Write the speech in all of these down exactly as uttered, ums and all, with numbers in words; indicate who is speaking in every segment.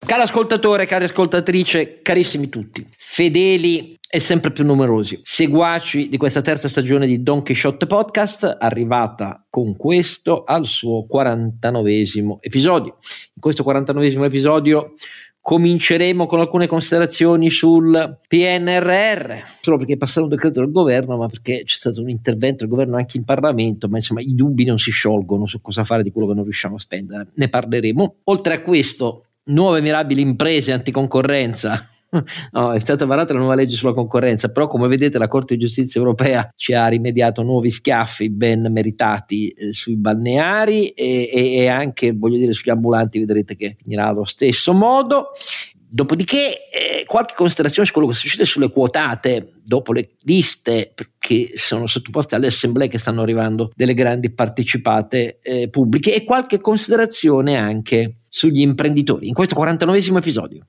Speaker 1: Caro ascoltatore, cara ascoltatrice, carissimi tutti, fedeli e sempre più numerosi seguaci di questa terza stagione di Don Chisciotte Podcast, arrivata con questo al suo quarantanovesimo episodio. In questo quarantanovesimo episodio cominceremo con alcune considerazioni sul P N R R, solo perché è passato un decreto del governo, ma perché c'è stato un intervento del governo anche in Parlamento, ma insomma i dubbi non si sciolgono su cosa fare di quello che non riusciamo a spendere. Ne parleremo. Oltre a questo, nuove mirabili imprese anticoncorrenza. No, è stata varata la nuova legge sulla concorrenza, però come vedete la Corte di Giustizia Europea ci ha rimediato nuovi schiaffi ben meritati eh, sui balneari e, e, e anche, voglio dire, sugli ambulanti vedrete che finirà allo stesso modo. Dopodiché eh, qualche considerazione su quello che succede sulle quotate dopo le liste che sono sottoposte alle assemblee che stanno arrivando delle grandi partecipate eh, pubbliche, e qualche considerazione anche sugli imprenditori in questo quarantanovesimo episodio.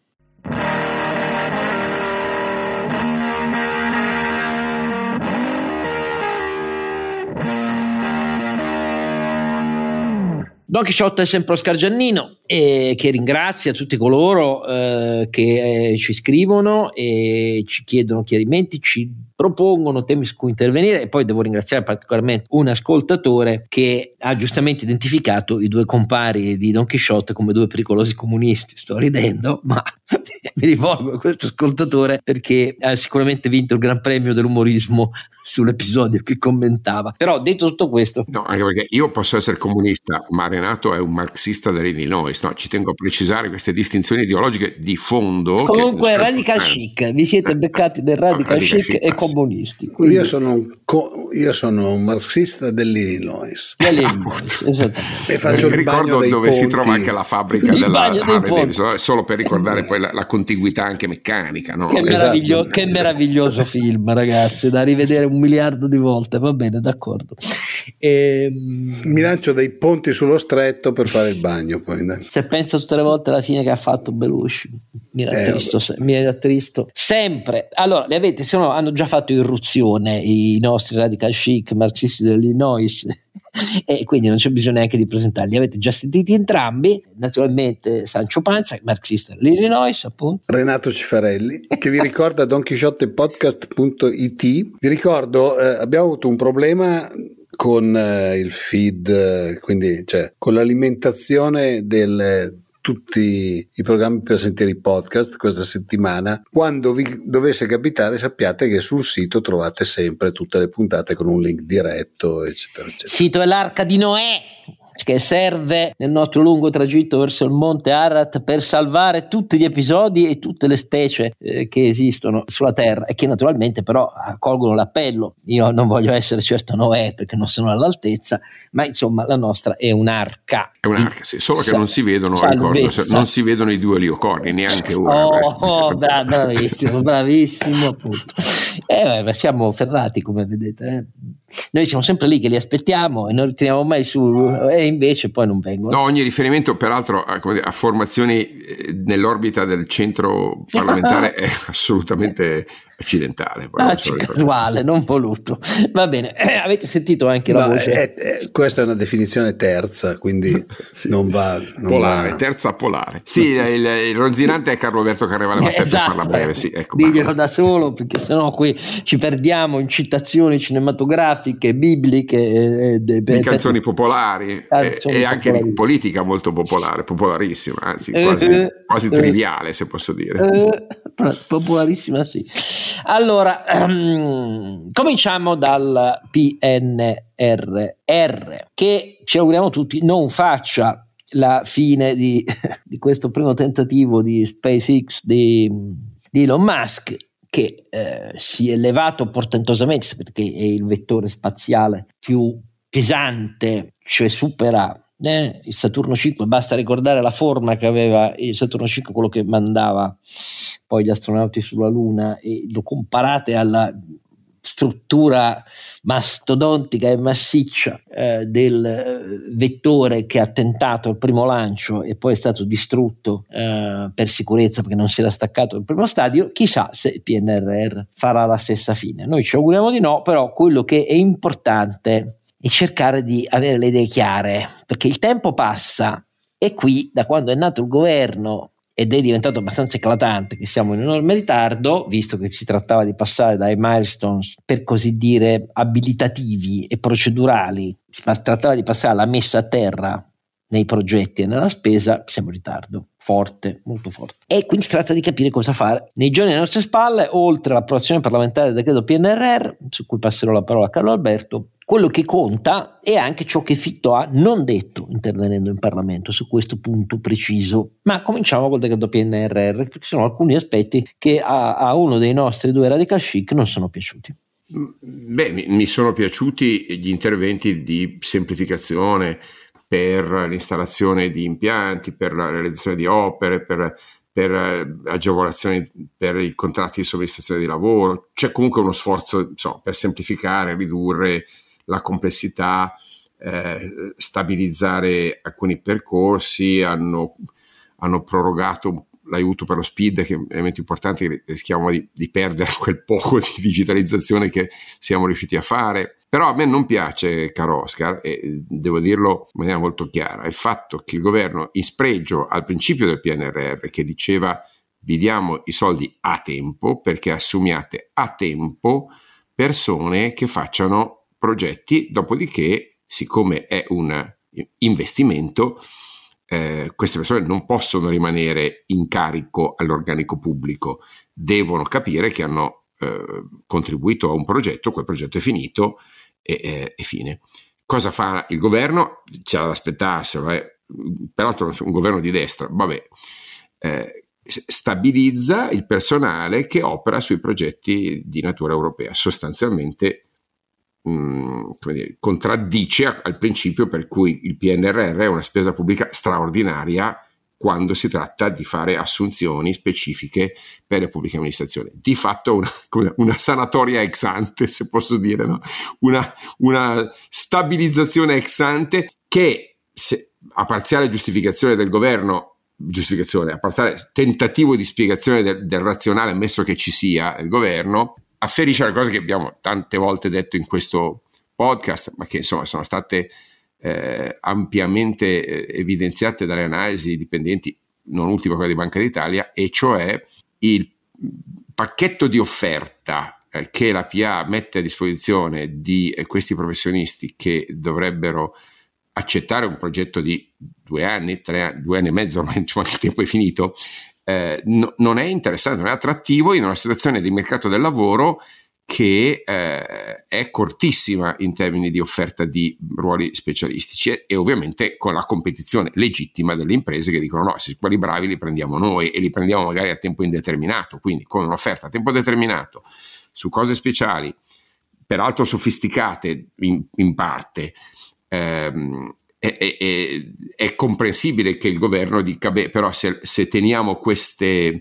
Speaker 1: Don Chisciotte è sempre Oscar Giannino, e che ringrazia tutti coloro eh, che eh, ci scrivono e ci chiedono chiarimenti, ci propongono temi su cui intervenire, e poi devo ringraziare particolarmente un ascoltatore che ha giustamente identificato i due compari di Don Chisciotte come due pericolosi comunisti. Sto ridendo, ma mi rivolgo a questo ascoltatore perché ha sicuramente vinto il Gran Premio dell'umorismo sull'episodio che commentava. Però detto tutto questo,
Speaker 2: no, anche perché io posso essere comunista, ma Renato è un marxista dell'Illinois, no? Ci tengo a precisare queste distinzioni ideologiche di fondo.
Speaker 1: Comunque radical chic, vi siete beccati del radical, radical chic, chic e comunisti.
Speaker 3: Quindi... Io, sono un co- io sono un marxista dell'Illinois.
Speaker 1: Dell'Illinois, esattamente.
Speaker 3: E faccio il
Speaker 2: ricordo dove
Speaker 3: ponti.
Speaker 2: Si trova anche la fabbrica
Speaker 1: il
Speaker 2: della
Speaker 1: Harley
Speaker 2: Davidson, solo per ricordare poi la, la contiguità anche meccanica, no?
Speaker 1: Che,
Speaker 2: esatto.
Speaker 1: meraviglio, che meraviglioso film, ragazzi, da rivedere un miliardo di volte. Va bene, d'accordo. E...
Speaker 3: mi lancio dei ponti sullo stretto per fare il bagno poi.
Speaker 1: Se penso tutte le volte alla fine che ha fatto Belushi, mi rattristo, eh, mi rattristo sempre. Allora, li avete, se no hanno già fatto irruzione i nostri radical chic marxisti dell'Illinois e quindi non c'è bisogno neanche di presentarli, li avete già sentiti entrambi. Naturalmente Sancio Panza, marxista dell'Illinois, appunto.
Speaker 3: Renato Cifarelli, che vi ricorda don chisciotte podcast punto it. Vi ricordo, eh, abbiamo avuto un problema con eh, il feed, eh, quindi cioè con l'alimentazione del tutti i programmi per sentire i podcast questa settimana. Quando vi dovesse capitare, sappiate che sul sito trovate sempre tutte le puntate con un link diretto, eccetera, eccetera.
Speaker 1: Il sito è l'Arca di Noè, che serve nel nostro lungo tragitto verso il monte Ararat per salvare tutti gli episodi e tutte le specie eh, che esistono sulla Terra, e che naturalmente però accolgono l'appello. Io non voglio essere certo Noè perché non sono all'altezza, ma insomma la nostra è un'arca.
Speaker 2: È un'arca, sì, solo che non si vedono, ricordo, non si vedono i due eliocorni, neanche una.
Speaker 1: Oh, oh bra- bravissimo, bravissimo appunto. Eh, beh, siamo ferrati, come vedete, eh. Noi siamo sempre lì che li aspettiamo e non li teniamo mai su, e invece poi non vengono.
Speaker 2: No, ogni riferimento peraltro a, a formazioni nell'orbita del centro parlamentare è assolutamente accidentale,
Speaker 1: ah, casuale, non voluto. Va bene, eh, avete sentito anche la
Speaker 3: no,
Speaker 1: voce?
Speaker 3: È, è, questa è una definizione terza, quindi sì. non va non
Speaker 2: polare,
Speaker 3: va.
Speaker 2: terza polare. Sì, il, il ronzinante è Carlo Alberto Carnevale, ma
Speaker 1: esatto,
Speaker 2: per farla breve, sì, ecco.
Speaker 1: Diglielo da solo, perché sennò qui ci perdiamo in citazioni cinematografiche, bibliche, eh,
Speaker 2: di
Speaker 1: eh,
Speaker 2: canzoni popolari
Speaker 1: canzoni
Speaker 2: e, e anche
Speaker 1: popolari.
Speaker 2: Di politica molto popolare, popolarissima, anzi quasi, eh, quasi eh, triviale, se posso dire.
Speaker 1: Eh, popolarissima, sì. Allora, um, cominciamo dal P N R R, che ci auguriamo tutti non faccia la fine di, di questo primo tentativo di SpaceX di, di Elon Musk, che eh, si è elevato portentosamente, perché è il vettore spaziale più pesante, cioè supera eh, il Saturno cinque. Basta ricordare la forma che aveva il Saturno cinque, quello che mandava poi gli astronauti sulla Luna, e lo comparate alla struttura mastodontica e massiccia eh, del eh, vettore che ha tentato il primo lancio e poi è stato distrutto eh, per sicurezza perché non si era staccato il primo stadio. Chissà se il P N R R farà la stessa fine, noi ci auguriamo di no, però quello che è importante è cercare di avere le idee chiare, perché il tempo passa e qui, da quando è nato il governo ed è diventato abbastanza eclatante che siamo in enorme ritardo, visto che si trattava di passare dai milestones per così dire abilitativi e procedurali, si trattava di passare alla messa a terra nei progetti e nella spesa, siamo in ritardo, forte, molto forte. E quindi si tratta di capire cosa fare. Nei giorni alle nostre spalle, oltre all'approvazione parlamentare del decreto P N R R, su cui passerò la parola a Carlo Alberto, quello che conta è anche ciò che Fitto ha non detto intervenendo in Parlamento su questo punto preciso. Ma cominciamo col decreto P N R R, perché sono alcuni aspetti che a, a uno dei nostri due radical chic non sono piaciuti.
Speaker 2: Beh, mi, mi sono piaciuti gli interventi di semplificazione per l'installazione di impianti, per la realizzazione di opere, per, per agevolazioni per i contratti di somministrazione di lavoro. C'è comunque uno sforzo, insomma, per semplificare, ridurre la complessità, eh, stabilizzare alcuni percorsi, hanno, hanno prorogato l'aiuto per lo SPID, che è un elemento importante, che rischiamo di, di perdere quel poco di digitalizzazione che siamo riusciti a fare. Però a me non piace, caro Oscar, e devo dirlo in maniera molto chiara, il fatto che il governo, in spregio al principio del P N R R, che diceva vi diamo i soldi a tempo perché assumiate a tempo persone che facciano progetti, dopodiché, siccome è un investimento, eh, queste persone non possono rimanere in carico all'organico pubblico, devono capire che hanno eh, contribuito a un progetto, quel progetto è finito e, e, e fine. Cosa fa il governo? C'è da aspettarselo, eh. Peraltro un governo di destra, vabbè, eh, stabilizza il personale che opera sui progetti di natura europea, sostanzialmente mh, come dire, contraddice a, al principio per cui il P N R R è una spesa pubblica straordinaria quando si tratta di fare assunzioni specifiche per le pubbliche amministrazioni. Di fatto una, una sanatoria ex ante, se posso dire, no? una, una stabilizzazione ex ante che, se, a parziale giustificazione del governo, giustificazione, a parziale tentativo di spiegazione del, del razionale, ammesso che ci sia il governo, afferisce alle cose che abbiamo tante volte detto in questo podcast, ma che insomma sono state Eh, ampiamente eh, evidenziate dalle analisi dipendenti, non ultima quella di Banca d'Italia, e cioè il pacchetto di offerta eh, che la P A mette a disposizione di eh, questi professionisti che dovrebbero accettare un progetto di due anni, tre anni, due anni e mezzo, ormai insomma, il tempo è finito, eh, no, non è interessante, non è attrattivo in una situazione di mercato del lavoro che eh, è cortissima in termini di offerta di ruoli specialistici e, e ovviamente con la competizione legittima delle imprese che dicono no, se quelli bravi li prendiamo noi e li prendiamo magari a tempo indeterminato, quindi con un'offerta a tempo determinato su cose speciali, peraltro sofisticate in, in parte, ehm, è, è, è comprensibile che il governo dica beh, però se, se teniamo queste,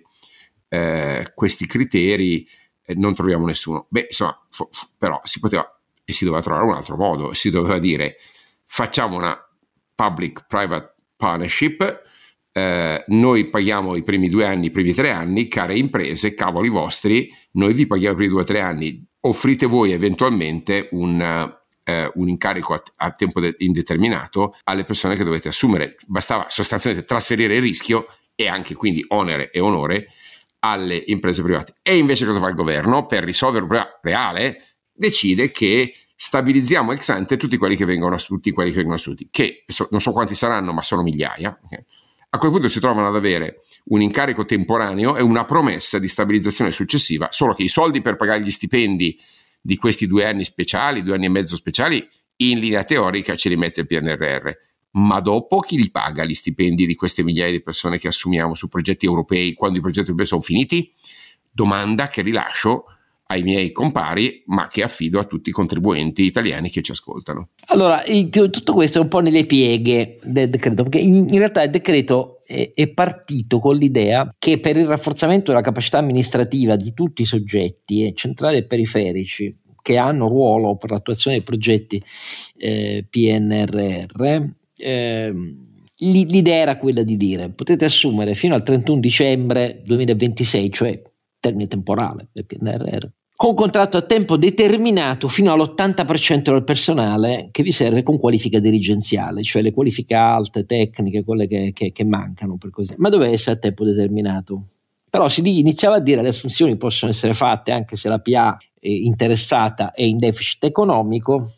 Speaker 2: eh, questi criteri non troviamo nessuno. Beh, insomma, f- f- però si poteva e si doveva trovare un altro modo, si doveva dire facciamo una public-private partnership, eh, noi paghiamo i primi due anni, i primi tre anni, care imprese, cavoli vostri, noi vi paghiamo i primi due o tre anni, offrite voi eventualmente un, eh, un incarico a, a tempo de- indeterminato alle persone che dovete assumere, bastava sostanzialmente trasferire il rischio e anche quindi onere e onore alle imprese private. E invece cosa fa il governo? Per risolvere un problema reale decide che stabilizziamo ex ante tutti quelli che vengono tutti quelli che vengono assunti, che so, non so quanti saranno, ma sono migliaia. Okay? A quel punto si trovano ad avere un incarico temporaneo e una promessa di stabilizzazione successiva, solo che i soldi per pagare gli stipendi di questi due anni speciali, due anni e mezzo speciali, in linea teorica ce li mette il P N R R. Ma dopo chi li paga gli stipendi di queste migliaia di persone che assumiamo su progetti europei quando i progetti europei sono finiti? Domanda che rilascio ai miei compari, ma che affido a tutti i contribuenti italiani che ci ascoltano.
Speaker 1: Allora, tutto questo è un po' nelle pieghe del decreto, perché in, in realtà il decreto è, è partito con l'idea che per il rafforzamento della capacità amministrativa di tutti i soggetti, centrali e periferici, che hanno ruolo per l'attuazione dei progetti eh, P N R R, Eh, l'idea era quella di dire potete assumere fino al trentuno dicembre duemilaventisei, cioè termine temporale del P N R R, con contratto a tempo determinato fino all'ottanta per cento del personale che vi serve con qualifica dirigenziale, cioè le qualifiche alte, tecniche, quelle che, che, che mancano per così, ma doveva essere a tempo determinato. Però si iniziava a dire che le assunzioni possono essere fatte anche se la P A è interessata e in deficit economico,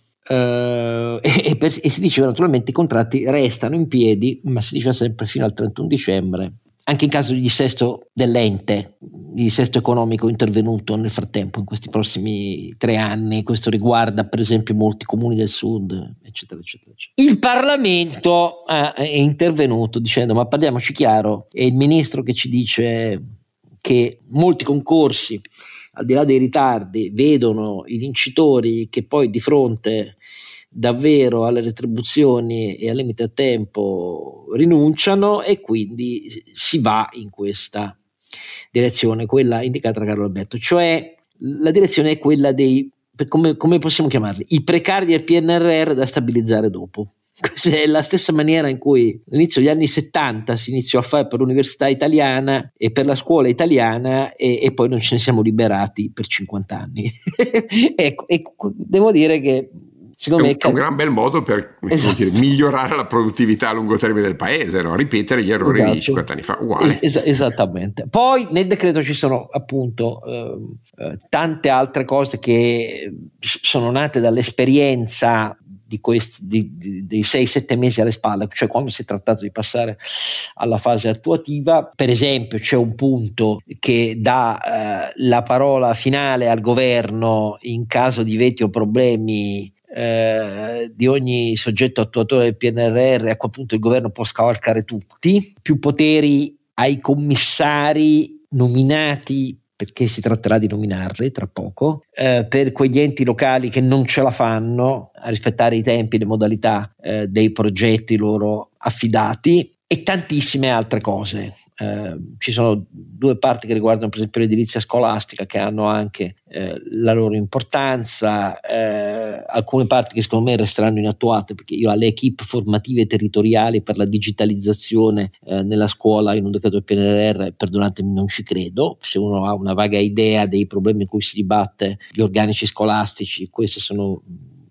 Speaker 1: eh, e, e, per, e si diceva naturalmente i contratti restano in piedi, ma si diceva sempre fino al trentuno dicembre, anche in caso di dissesto dell'ente, di dissesto economico intervenuto nel frattempo in questi prossimi tre anni. Questo riguarda per esempio molti comuni del sud, eccetera, eccetera, eccetera. Il Parlamento eh, è intervenuto dicendo: ma parliamoci chiaro, è il ministro che ci dice che molti concorsi, al di là dei ritardi, vedono i vincitori che poi di fronte davvero alle retribuzioni e al limite a tempo rinunciano, e quindi si va in questa direzione, quella indicata da Carlo Alberto, cioè la direzione è quella dei, come, come possiamo chiamarli, i precari del P N R R da stabilizzare dopo. Questa è la stessa maniera in cui all'inizio degli anni settanta si iniziò a fare per l'università italiana e per la scuola italiana, e, e poi non ce ne siamo liberati per cinquanta anni. Ecco, e devo dire che secondo
Speaker 2: è un,
Speaker 1: me
Speaker 2: è un gran bel modo per esatto. dire, migliorare la produttività a lungo termine del paese, no? Ripetere gli errori esatto. di cinquanta anni fa, uguale.
Speaker 1: Es- esattamente. Poi nel decreto ci sono appunto eh, eh, tante altre cose che sono nate dall'esperienza di questi di, di, dei sei sette mesi alle spalle, cioè quando si è trattato di passare alla fase attuativa. Per esempio c'è un punto che dà eh, la parola finale al governo in caso di veti o problemi Eh, di ogni soggetto attuatore del P N R R. A quel punto il governo può scavalcare tutti, più poteri ai commissari nominati, perché si tratterà di nominarli tra poco, eh, per quegli enti locali che non ce la fanno a rispettare i tempi e le modalità eh, dei progetti loro affidati, e tantissime altre cose. Eh, ci sono due parti che riguardano per esempio l'edilizia scolastica, che hanno anche eh, la loro importanza, eh, alcune parti che secondo me resteranno inattuate, perché io alle equip formative territoriali per la digitalizzazione eh, nella scuola in un decreto del P N R R, perdonatemi, non ci credo. Se uno ha una vaga idea dei problemi in cui si dibatte gli organici scolastici, queste sono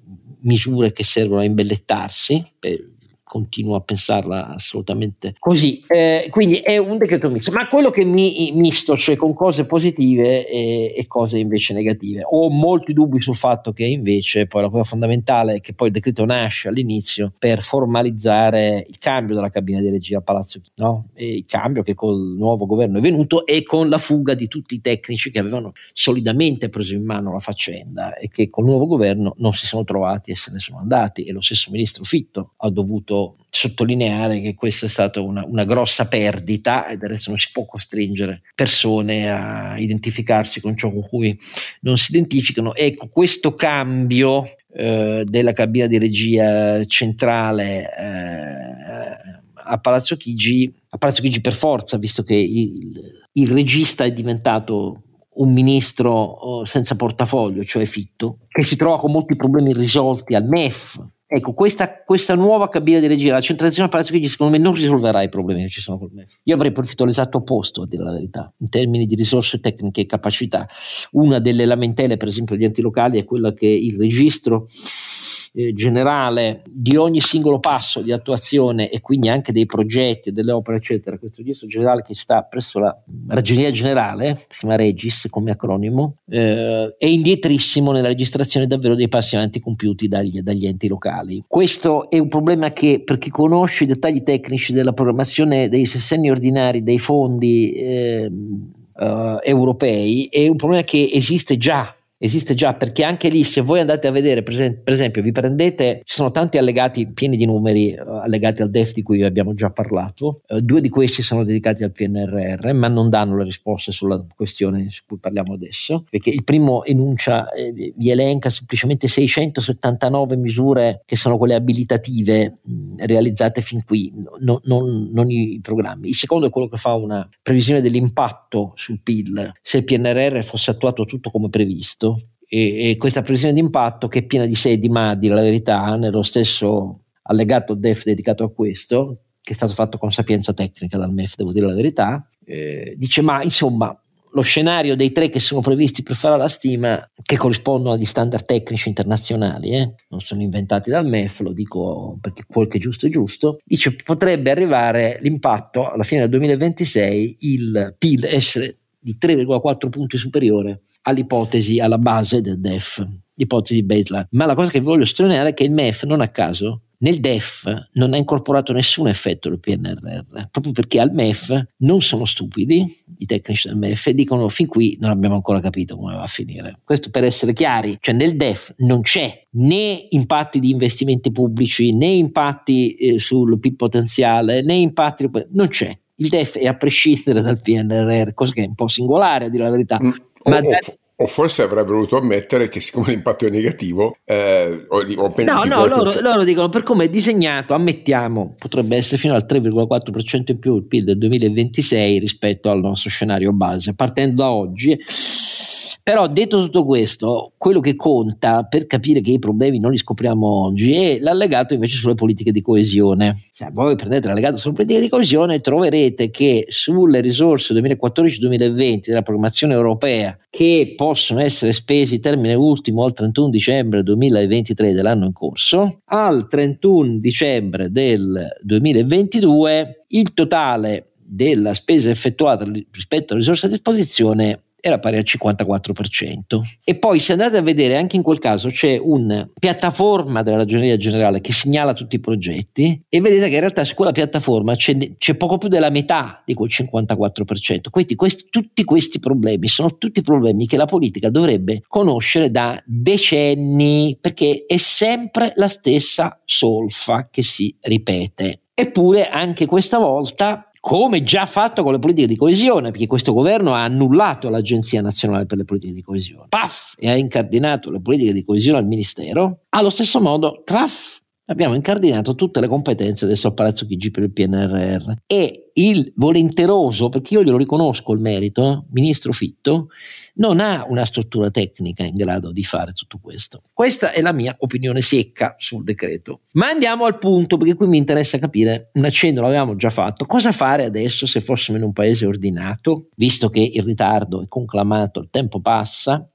Speaker 1: misure che servono a imbellettarsi, per continuo a pensarla assolutamente così. Eh, quindi è un decreto misto, ma quello che mi misto, cioè con cose positive e, e cose invece negative. Ho molti dubbi sul fatto che invece poi la cosa fondamentale è che poi il decreto nasce all'inizio per formalizzare il cambio della cabina di regia a Palazzo Chigi, no? E il cambio che col nuovo governo è venuto, e con la fuga di tutti i tecnici che avevano solidamente preso in mano la faccenda e che col nuovo governo non si sono trovati e se ne sono andati. E lo stesso ministro Fitto ha dovuto sottolineare che questa è stata una, una grossa perdita, e adesso non si può costringere persone a identificarsi con ciò con cui non si identificano. Ecco, questo cambio eh, della cabina di regia centrale eh, a Palazzo Chigi, a Palazzo Chigi per forza, visto che il, il regista è diventato un ministro senza portafoglio, cioè Fitto, che si trova con molti problemi irrisolti al M E F. Ecco, questa, questa nuova cabina di regia, la centralizzazione a Palazzo Chigi, secondo me non risolverà i problemi che ci sono col M E F. Io avrei preferito l'esatto opposto, a dire la verità, in termini di risorse tecniche e capacità. Una delle lamentele, per esempio, degli enti locali è quella che il registro eh, generale di ogni singolo passo di attuazione, e quindi anche dei progetti, delle opere, eccetera, questo registro generale che sta presso la Ragioneria Generale, si chiama Regis come acronimo, eh, è indietrissimo nella registrazione davvero dei passi avanti compiuti dagli, dagli enti locali. Questo è un problema che, per chi conosce i dettagli tecnici della programmazione dei sessenni ordinari dei fondi eh, uh, europei, è un problema che esiste già. Esiste già, perché anche lì, se voi andate a vedere, per esempio, per esempio vi prendete, ci sono tanti allegati pieni di numeri uh, allegati al D E F di cui abbiamo già parlato, uh, due di questi sono dedicati al P N R R, ma non danno le risposte sulla questione su cui parliamo adesso, perché il primo enuncia, eh, vi elenca semplicemente seicentosettantanove misure che sono quelle abilitative mh, realizzate fin qui, no, non, non i programmi. Il secondo è quello che fa una previsione dell'impatto sul P I L se il P N R R fosse attuato tutto come previsto. E, e questa previsione di impatto, che è piena di sé e di ma, a dire la verità, nello stesso allegato D E F dedicato a questo, che è stato fatto con sapienza tecnica dal M E F, devo dire la verità, eh, dice ma insomma lo scenario dei tre che sono previsti per fare la stima, che corrispondono agli standard tecnici internazionali, eh? non sono inventati dal M E F, lo dico perché quel che è giusto è giusto, dice potrebbe arrivare l'impatto alla fine del duemilaventisei, il P I L essere di tre virgola quattro punti superiore all'ipotesi alla base del D E F, l'ipotesi baseline. Ma la cosa che voglio sottolineare è che il M E F non a caso nel D E F non ha incorporato nessun effetto del P N R R, proprio perché al M E F non sono stupidi i tecnici del M E F e dicono fin qui non abbiamo ancora capito come va a finire. Questo per essere chiari, cioè nel D E F non c'è né impatti di investimenti pubblici, né impatti eh, sul P I L potenziale, né impatti, non c'è. Il D E F è a prescindere dal P N R R, cosa che è un po' singolare a dire la verità.
Speaker 2: Mm,
Speaker 1: Ma
Speaker 2: o, o, o forse avrebbe voluto ammettere che siccome l'impatto è negativo, eh, o, o
Speaker 1: no, no, loro, loro dicono per come è disegnato, ammettiamo, potrebbe essere fino al tre virgola quattro per cento in più il P I L del duemilaventisei rispetto al nostro scenario base, partendo da oggi. Però detto tutto questo, quello che conta per capire che i problemi non li scopriamo oggi è l'allegato invece sulle politiche di coesione. Se voi prendete l'allegato sulle politiche di coesione troverete che sulle risorse duemilaquattordici duemilaventi della programmazione europea che possono essere spesi termine ultimo al trentuno dicembre duemilaventitré dell'anno in corso, al trentuno dicembre del duemilaventidue il totale della spesa effettuata rispetto alle risorse a disposizione era pari al cinquantaquattro per cento. E poi se andate a vedere, anche in quel caso c'è una piattaforma della Ragioneria Generale che segnala tutti i progetti e vedete che in realtà su quella piattaforma c'è, c'è poco più della metà di quel cinquantaquattro per cento. Questi, questi, tutti questi problemi sono tutti problemi che la politica dovrebbe conoscere da decenni, perché è sempre la stessa solfa che si ripete. Eppure anche questa volta, come già fatto con le politiche di coesione, perché questo governo ha annullato l'Agenzia Nazionale per le Politiche di Coesione, paf, e ha incardinato le politiche di coesione al Ministero, allo stesso modo, traf, abbiamo incardinato tutte le competenze del Palazzo Chigi per il P N R R. E il volenteroso, perché io glielo riconosco il merito, ministro Fitto, non ha una struttura tecnica in grado di fare tutto questo. Questa è la mia opinione secca sul decreto. Ma andiamo al punto, perché qui mi interessa capire, un accenno l'avevamo già fatto, cosa fare adesso se fossimo in un paese ordinato, visto che il ritardo è conclamato, il tempo passa.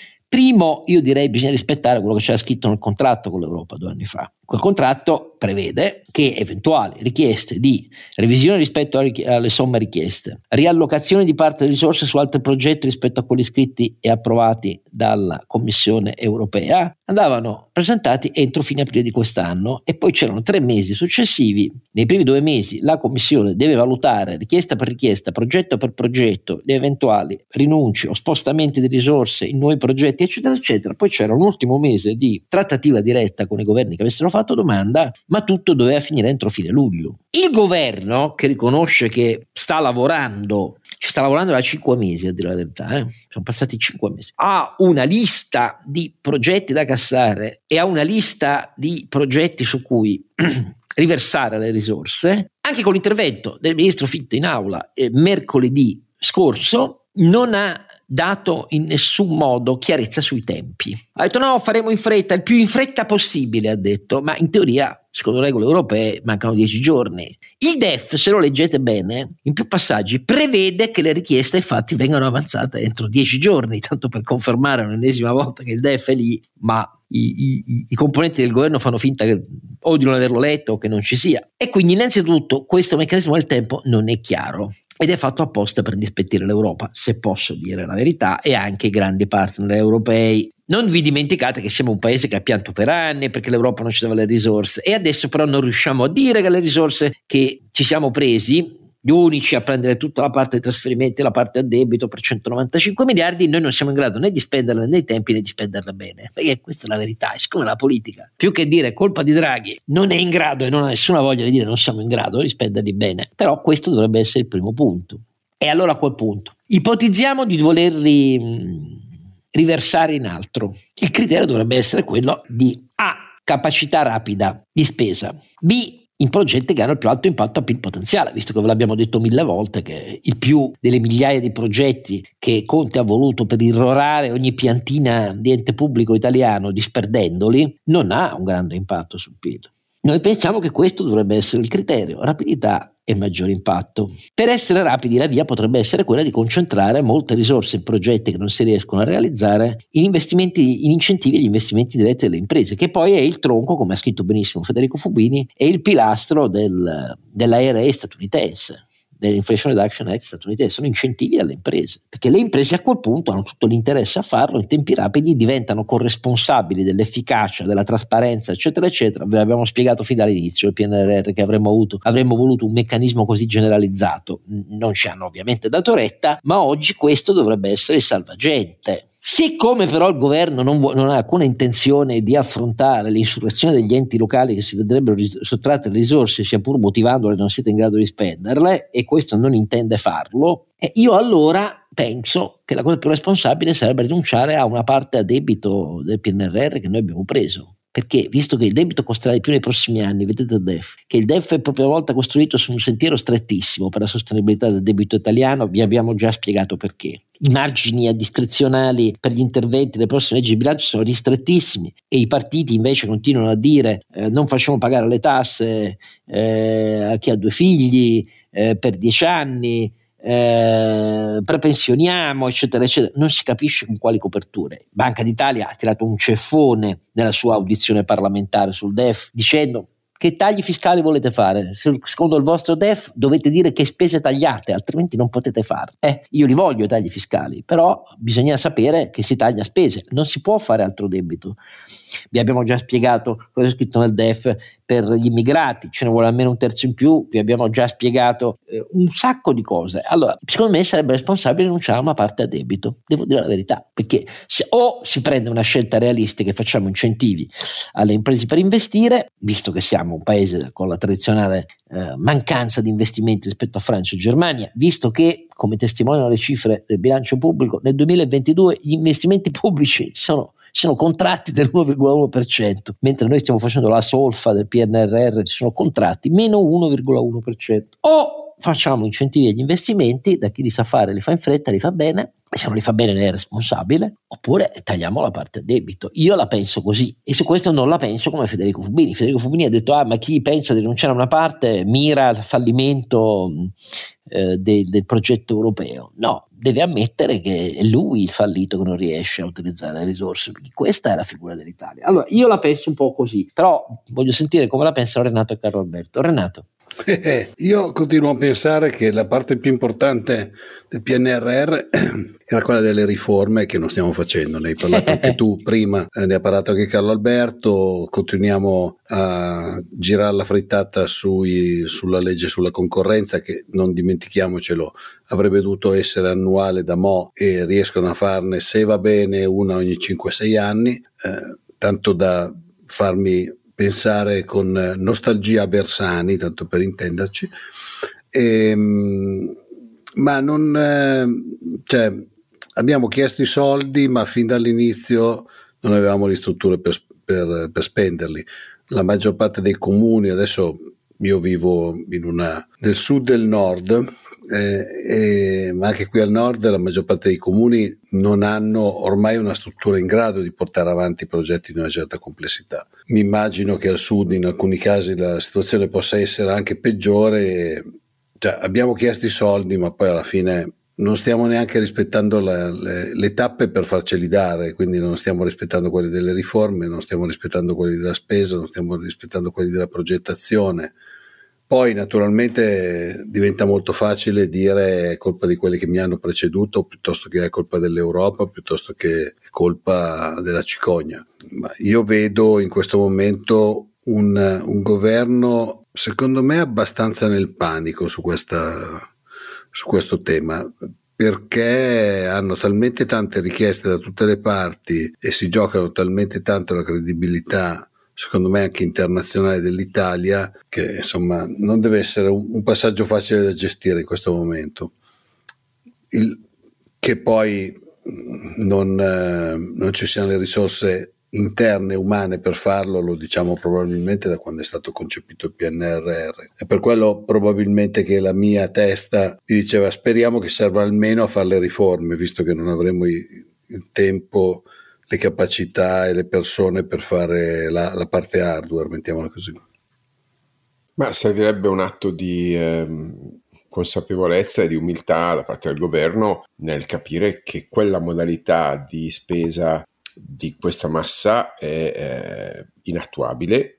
Speaker 1: Primo, io direi bisogna rispettare quello che c'era scritto nel contratto con l'Europa due anni fa. Quel contratto prevede che eventuali richieste di revisione rispetto alle somme richieste, riallocazione di parte delle risorse su altri progetti rispetto a quelli scritti e approvati dalla Commissione europea andavano presentati entro fine aprile di quest'anno, e poi c'erano tre mesi successivi. Nei primi due mesi la Commissione deve valutare richiesta per richiesta, progetto per progetto, le eventuali rinunce o spostamenti di risorse in nuovi progetti, eccetera eccetera. Poi c'era un ultimo mese di trattativa diretta con i governi che avessero fatto domanda, ma tutto doveva finire entro fine luglio. Il governo, che riconosce che sta lavorando, ci sta lavorando da cinque mesi a dire la verità, eh? sono passati cinque mesi, ha una lista di progetti da cassare e ha una lista di progetti su cui riversare le risorse, anche con l'intervento del ministro Fitto in aula eh, mercoledì scorso, non ha dato in nessun modo chiarezza sui tempi. Ha detto no, faremo in fretta, il più in fretta possibile, ha detto, ma in teoria, secondo regole europee, mancano dieci giorni. Il D E F, se lo leggete bene, in più passaggi, prevede che le richieste infatti vengano avanzate entro dieci giorni, tanto per confermare un'ennesima volta che il D E F è lì, ma i, i, i componenti del governo fanno finta che o di non averlo letto o che non ci sia. E quindi innanzitutto questo meccanismo del tempo non è chiaro. Ed è fatto apposta per dispettire l'Europa, se posso dire la verità, e anche i grandi partner europei. Non vi dimenticate che siamo un paese che ha pianto per anni perché l'Europa non ci dava le risorse, e adesso però non riusciamo a dire che le risorse che ci siamo presi, gli unici a prendere tutta la parte dei trasferimenti e la parte a debito per centonovantacinque miliardi, noi non siamo in grado né di spenderla nei tempi né di spenderla bene, perché questa è la verità. E siccome la politica, più che dire colpa di Draghi, non è in grado e non ha nessuna voglia di dire non siamo in grado di spenderli bene, però questo dovrebbe essere il primo punto. E allora a quel punto ipotizziamo di volerli mh, riversare in altro. Il criterio dovrebbe essere quello di A, capacità rapida di spesa, B, in progetti che hanno il più alto impatto a P I L potenziale, visto che ve l'abbiamo detto mille volte che il più delle migliaia di progetti che Conte ha voluto per irrorare ogni piantina di ente pubblico italiano disperdendoli non ha un grande impatto sul P I L. Noi pensiamo che questo dovrebbe essere il criterio, rapidità e maggiore impatto. Per essere rapidi, la via potrebbe essere quella di concentrare molte risorse in progetti che non si riescono a realizzare in investimenti, in incentivi agli investimenti diretti delle imprese, che poi è il tronco, come ha scritto benissimo Federico Fubini, è il pilastro del, dell'I R A statunitense, dell'Inflation Reduction Act statunitense. Sono incentivi alle imprese, perché le imprese a quel punto hanno tutto l'interesse a farlo in tempi rapidi, diventano corresponsabili dell'efficacia, della trasparenza, eccetera eccetera. Ve l'abbiamo spiegato fin dall'inizio il P N R R che avremmo avuto avremmo voluto un meccanismo così generalizzato, non ci hanno ovviamente dato retta, ma oggi questo dovrebbe essere il salvagente. Siccome però il governo non, vu- non ha alcuna intenzione di affrontare l'insurrezione degli enti locali che si vedrebbero ris- sottratte le risorse, sia pur motivandole non siete in grado di spenderle, e questo non intende farlo, eh, io allora penso che la cosa più responsabile sarebbe rinunciare a una parte a debito del P N R R che noi abbiamo preso. Perché, visto che il debito costerà di più nei prossimi anni, vedete il D E F, che il D E F è proprio a volta costruito su un sentiero strettissimo per la sostenibilità del debito italiano, vi abbiamo già spiegato perché. I margini discrezionali per gli interventi delle prossime leggi di bilancio sono ristrettissimi e i partiti invece continuano a dire eh, non facciamo pagare le tasse eh, a chi ha due figli eh, per dieci anni, Eh, prepensioniamo, eccetera eccetera. Non si capisce con quali coperture. Banca d'Italia ha tirato un ceffone nella sua audizione parlamentare sul D E F dicendo: che tagli fiscali volete fare? Secondo il vostro D E F dovete dire che spese tagliate, altrimenti non potete farle. Eh, io li voglio i tagli fiscali, però bisogna sapere che si taglia spese, non si può fare altro debito. Vi abbiamo già spiegato cosa è scritto nel D E F per gli immigrati, ce ne vuole almeno un terzo in più, vi abbiamo già spiegato eh, un sacco di cose. Allora, secondo me sarebbe responsabile rinunciare a una parte a debito, devo dire la verità, perché se o si prende una scelta realistica e facciamo incentivi alle imprese per investire, visto che siamo un paese con la tradizionale eh, mancanza di investimenti rispetto a Francia e Germania, visto che, come testimoniano le cifre del bilancio pubblico, nel duemilaventidue gli investimenti pubblici sono sono contratti dell'uno virgola uno per cento, mentre noi stiamo facendo la solfa del P N R R, ci sono contratti meno uno virgola uno per cento. O facciamo incentivi agli investimenti, da chi li sa fare li fa in fretta, li fa bene, e se non li fa bene ne è responsabile, oppure tagliamo la parte a debito. Io la penso così, e su questo non la penso come Federico Fubini. Federico Fubini ha detto: ah, ma chi pensa di rinunciare a una parte mira al fallimento eh, del, del progetto europeo. No, deve ammettere che è lui il fallito che non riesce a utilizzare le risorse, perché questa è la figura dell'Italia. Allora, io la penso un po' così, però voglio sentire come la pensano Renato e Carlo Alberto. Renato.
Speaker 3: Eh, io continuo a pensare che la parte più importante del P N R R era quella delle riforme che non stiamo facendo. Ne hai parlato anche tu prima, eh, ne ha parlato anche Carlo Alberto. Continuiamo a girare la frittata sui, sulla legge sulla concorrenza, che non dimentichiamocelo avrebbe dovuto essere annuale da mo', e riescono a farne, se va bene, una ogni cinque sei anni, eh, tanto da farmi pensare con nostalgia a Bersani, tanto per intenderci, e, ma non, eh, cioè, abbiamo chiesto i soldi, ma fin dall'inizio non avevamo le strutture per, per, per spenderli. La maggior parte dei comuni, adesso io vivo in una, nel sud del nord, eh, eh, ma anche qui al nord la maggior parte dei comuni non hanno ormai una struttura in grado di portare avanti progetti di una certa complessità. Mi immagino che al sud in alcuni casi la situazione possa essere anche peggiore. Cioè, abbiamo chiesto i soldi, ma poi alla fine non stiamo neanche rispettando la, le, le tappe per farceli dare, quindi non stiamo rispettando quelli delle riforme, non stiamo rispettando quelli della spesa, non stiamo rispettando quelli della progettazione. Poi naturalmente diventa molto facile dire è colpa di quelli che mi hanno preceduto, piuttosto che è colpa dell'Europa, piuttosto che è colpa della cicogna. Ma io vedo in questo momento un, un governo, secondo me, abbastanza nel panico su questa, su questo tema, perché hanno talmente tante richieste da tutte le parti e si giocano talmente tanto la credibilità, secondo me anche internazionale, dell'Italia, che insomma non deve essere un, un passaggio facile da gestire in questo momento. Il, che poi non, eh, non ci siano le risorse interne umane per farlo, lo diciamo probabilmente da quando è stato concepito il P N R R. È per quello probabilmente che la mia testa mi diceva: speriamo che serva almeno a fare le riforme, visto che non avremo il, il tempo, le capacità e le persone per fare la, la parte hardware, mettiamola così.
Speaker 2: Ma servirebbe un atto di ehm, consapevolezza e di umiltà da parte del governo nel capire che quella modalità di spesa di questa massa è eh, inattuabile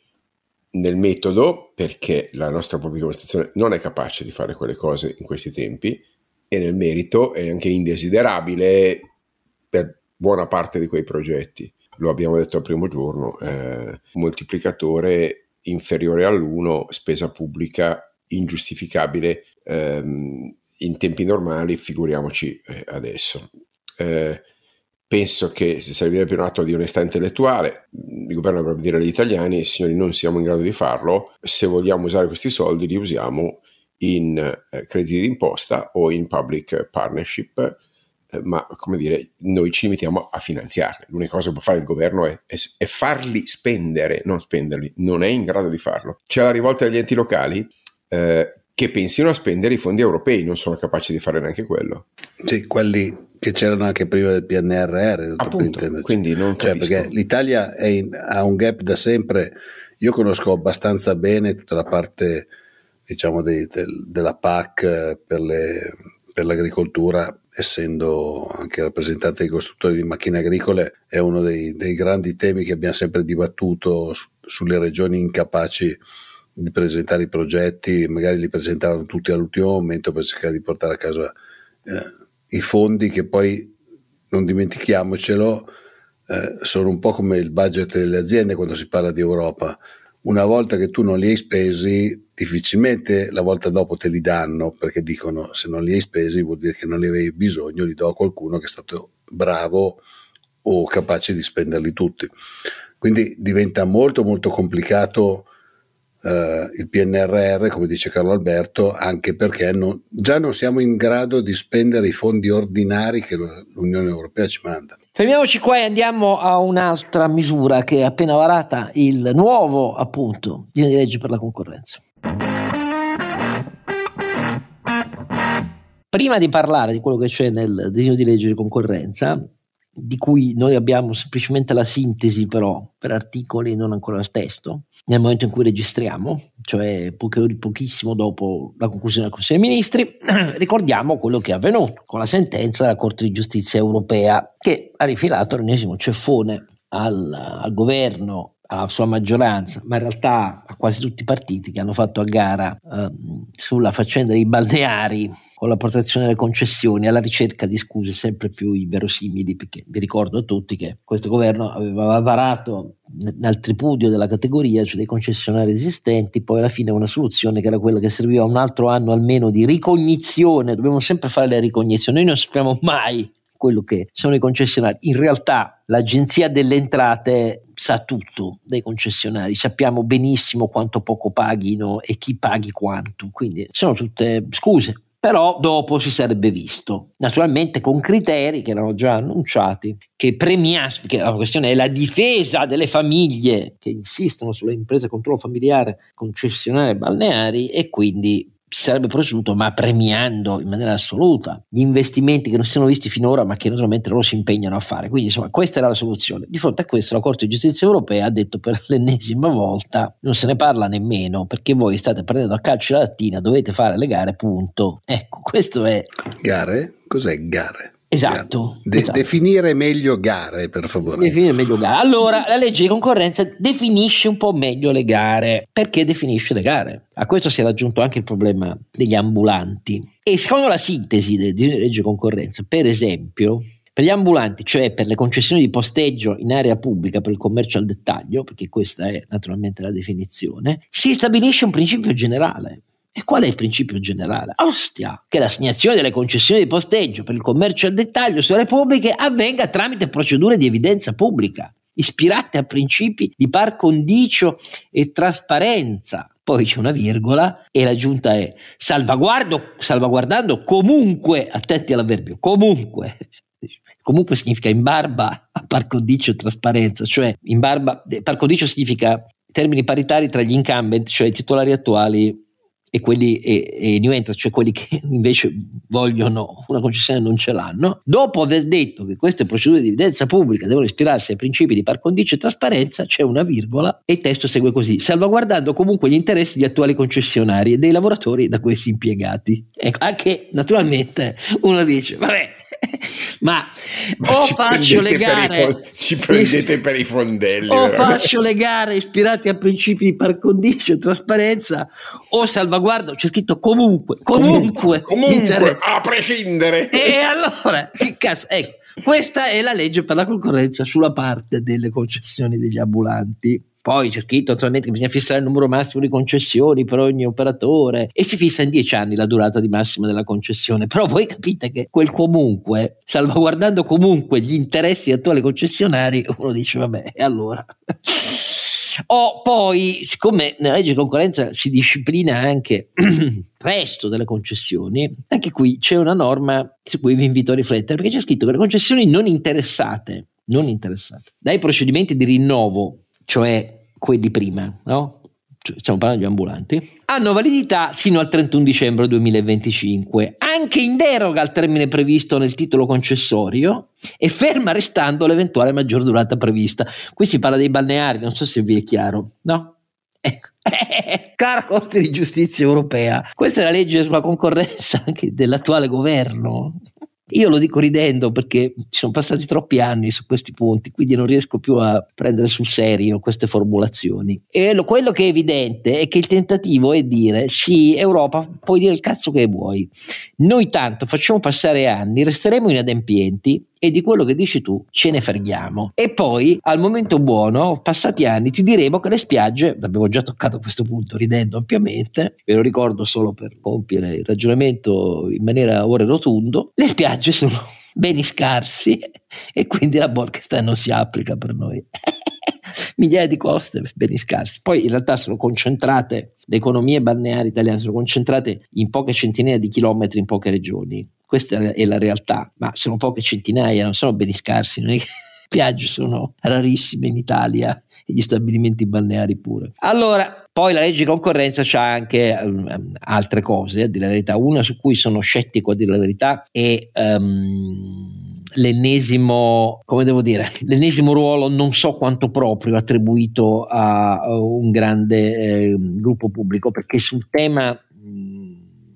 Speaker 2: nel metodo, perché la nostra pubblica amministrazione non è capace di fare quelle cose in questi tempi, e nel merito è anche indesiderabile per buona parte di quei progetti. Lo abbiamo detto al primo giorno, eh, moltiplicatore inferiore all'uno, spesa pubblica ingiustificabile ehm, in tempi normali, figuriamoci eh, adesso. Eh, penso che servirebbe un atto di onestà intellettuale. Il governo dovrebbe dire agli italiani: signori, non siamo in grado di farlo, se vogliamo usare questi soldi li usiamo in eh, crediti d'imposta o in public partnership, eh, ma come dire, noi ci limitiamo a finanziarli. L'unica cosa che può fare il governo è, è, è farli spendere, non spenderli. Non è in grado di farlo. C'è la rivolta degli enti locali eh, che pensino a spendere i fondi europei, non sono capaci di fare neanche quello.
Speaker 3: Sì, quelli che c'erano anche prima del P N R R,
Speaker 2: appunto, quindi non
Speaker 3: cioè, perché l'Italia è in, ha un gap da sempre. Io conosco abbastanza bene tutta la parte, diciamo, dei, del, della P A C per, le, per l'agricoltura, essendo anche rappresentante dei costruttori di macchine agricole. È uno dei, dei grandi temi che abbiamo sempre dibattuto su, sulle regioni incapaci di presentare i progetti, magari li presentavano tutti all'ultimo momento per cercare di portare a casa eh, i fondi, che poi, non dimentichiamocelo, eh, sono un po' come il budget delle aziende quando si parla di Europa. Una volta che tu non li hai spesi, difficilmente la volta dopo te li danno, perché dicono: se non li hai spesi vuol dire che non li avevi bisogno, li do a qualcuno che è stato bravo o capace di spenderli tutti. Quindi diventa molto molto complicato Uh, il P N R R, come dice Carlo Alberto, anche perché non, già non siamo in grado di spendere i fondi ordinari che l'Unione Europea ci manda.
Speaker 1: Fermiamoci qua e andiamo a un'altra misura che è appena varata, il nuovo, appunto, disegno di legge per la concorrenza. Prima di parlare di quello che c'è nel disegno di legge di concorrenza, di cui noi abbiamo semplicemente la sintesi però per articoli, non ancora il testo, nel momento in cui registriamo, cioè poche, pochissimo dopo la conclusione del Consiglio dei Ministri, ricordiamo quello che è avvenuto con la sentenza della Corte di Giustizia Europea, che ha rifilato l'ennesimo ceffone al, al governo, alla sua maggioranza, ma in realtà a quasi tutti i partiti che hanno fatto a gara eh, sulla faccenda dei balneari, con la protezione delle concessioni, alla ricerca di scuse sempre più inverosimili, perché vi ricordo a tutti che questo governo aveva varato nel tripudio della categoria, cioè dei concessionari esistenti, poi alla fine una soluzione che era quella che serviva un altro anno almeno di ricognizione. Dobbiamo sempre fare le ricognizioni, noi non sappiamo mai quello che sono i concessionari. In realtà l'Agenzia delle Entrate sa tutto dei concessionari, sappiamo benissimo quanto poco paghino e chi paghi quanto, quindi sono tutte scuse. Però dopo si sarebbe visto, naturalmente con criteri che erano già annunciati, che premiassero, perché la questione è la difesa delle famiglie che insistono sulle imprese a controllo familiare concessionarie balneari, e quindi si sarebbe proceduto, ma premiando in maniera assoluta gli investimenti che non si sono visti finora, ma che naturalmente loro si impegnano a fare. Quindi insomma questa era la soluzione. Di fronte a questo la Corte di Giustizia Europea ha detto per l'ennesima volta: non se ne parla nemmeno, perché voi state prendendo a calcio la lattina, dovete fare le gare, punto. Ecco, questo è...
Speaker 3: Gare? Cos'è gare?
Speaker 1: Esatto,
Speaker 3: De-
Speaker 1: esatto.
Speaker 3: Definire meglio gare, per favore.
Speaker 1: Definire meglio gare. Allora, la legge di concorrenza definisce un po' meglio le gare. Perché definisce le gare? A questo si è raggiunto anche il problema degli ambulanti. E secondo la sintesi del disegno di legge di concorrenza, per esempio, per gli ambulanti, cioè per le concessioni di posteggio in area pubblica per il commercio al dettaglio, perché questa è naturalmente la definizione, si stabilisce un principio generale. E qual è il principio generale? Ostia, che l'assegnazione delle concessioni di posteggio per il commercio al dettaglio su aree pubbliche avvenga tramite procedure di evidenza pubblica, ispirate a principi di par condicio e trasparenza. Poi c'è una virgola e l'aggiunta è salvaguardo, salvaguardando comunque, attenti all'avverbio, comunque. Comunque significa in barba a par condicio e trasparenza, cioè in barba, par condicio significa termini paritari tra gli incumbent, cioè i titolari attuali, e quelli e, e New Entrants, cioè quelli che invece vogliono una concessione e non ce l'hanno. Dopo aver detto che queste procedure di evidenza pubblica devono ispirarsi ai principi di par condicio e trasparenza, c'è una virgola e il testo segue così: salvaguardando comunque gli interessi degli attuali concessionari e dei lavoratori da questi impiegati. Ecco, anche naturalmente uno dice vabbè, ma, ma o faccio le gare
Speaker 2: fo- ci prendete per i fondelli,
Speaker 1: o
Speaker 2: veramente.
Speaker 1: faccio le gare ispirate a principi di par condicio e trasparenza, o salvaguardo, c'è scritto comunque comunque,
Speaker 2: comunque a prescindere.
Speaker 1: E allora che cazzo, ecco, questa è la legge per la concorrenza sulla parte delle concessioni degli ambulanti. Poi c'è scritto naturalmente che bisogna fissare il numero massimo di concessioni per ogni operatore e si fissa in dieci anni la durata di massima della concessione. Però voi capite che quel comunque, salvaguardando comunque gli interessi attuali concessionari, uno dice vabbè, e allora? O poi, siccome nella legge di concorrenza si disciplina anche il resto delle concessioni, anche qui c'è una norma su cui vi invito a riflettere, perché c'è scritto che le concessioni non interessate, non interessate dai procedimenti di rinnovo, cioè quelli prima, no? Stiamo parlando di ambulanti, hanno validità fino al trentuno dicembre duemilaventicinque, anche in deroga al termine previsto nel titolo concessorio e ferma restando l'eventuale maggior durata prevista. Qui si parla dei balneari, non so se vi è chiaro, no? Ecco. Cara Corte di Giustizia Europea, questa è la legge sulla concorrenza anche dell'attuale governo. Io lo dico ridendo perché ci sono passati troppi anni su questi punti, quindi non riesco più a prendere sul serio queste formulazioni. E lo, quello che è evidente è che il tentativo è dire sì, Europa, puoi dire il cazzo che vuoi, noi tanto facciamo passare anni, resteremo inadempienti e di quello che dici tu ce ne freghiamo, e poi al momento buono, passati anni, ti diremo che le spiagge, l'abbiamo già toccato a questo punto ridendo ampiamente, ve lo ricordo solo per compiere il ragionamento in maniera ora rotondo, le spiagge sono beni scarsi e quindi la Bolkestein non si applica per noi. Migliaia di coste, beni scarsi. Poi in realtà sono concentrate, le economie balneari italiane sono concentrate in poche centinaia di chilometri in poche regioni. Questa è la realtà, ma sono poche centinaia, non sono beni scarsi, non è che le spiagge sono rarissime in Italia e gli stabilimenti balneari pure. Allora, poi la legge di concorrenza c'ha anche um, altre cose, a dire la verità. Una su cui sono scettico, a dire la verità, è um, l'ennesimo, come devo dire, l'ennesimo ruolo non so quanto proprio attribuito a, a un grande eh, gruppo pubblico, perché sul tema mh,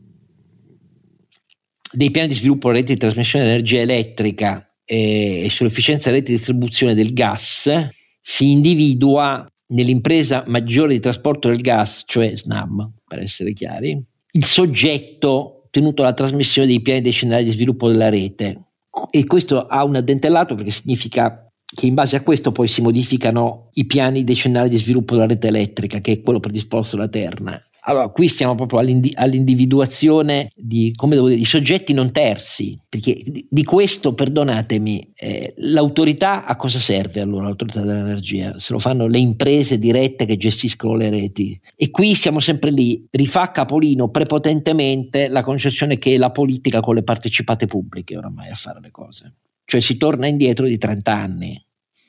Speaker 1: dei piani di sviluppo della rete di trasmissione di energia elettrica e, e sull'efficienza della rete di distribuzione del gas si individua nell'impresa maggiore di trasporto del gas, cioè SNAM per essere chiari, il soggetto tenuto alla trasmissione dei piani decennali di sviluppo della rete, e questo ha un addentellato perché significa che in base a questo poi si modificano i piani decennali di sviluppo della rete elettrica, che è quello predisposto da Terna. Allora, qui stiamo proprio all'indi- all'individuazione di, come devo dire, di soggetti non terzi, perché di, di questo, perdonatemi, eh, l'autorità a cosa serve allora, l'autorità dell'energia? Se lo fanno le imprese dirette che gestiscono le reti. E qui siamo sempre lì, rifà capolino prepotentemente la concezione che è la politica con le partecipate pubbliche oramai a fare le cose. Cioè si torna indietro di trenta anni.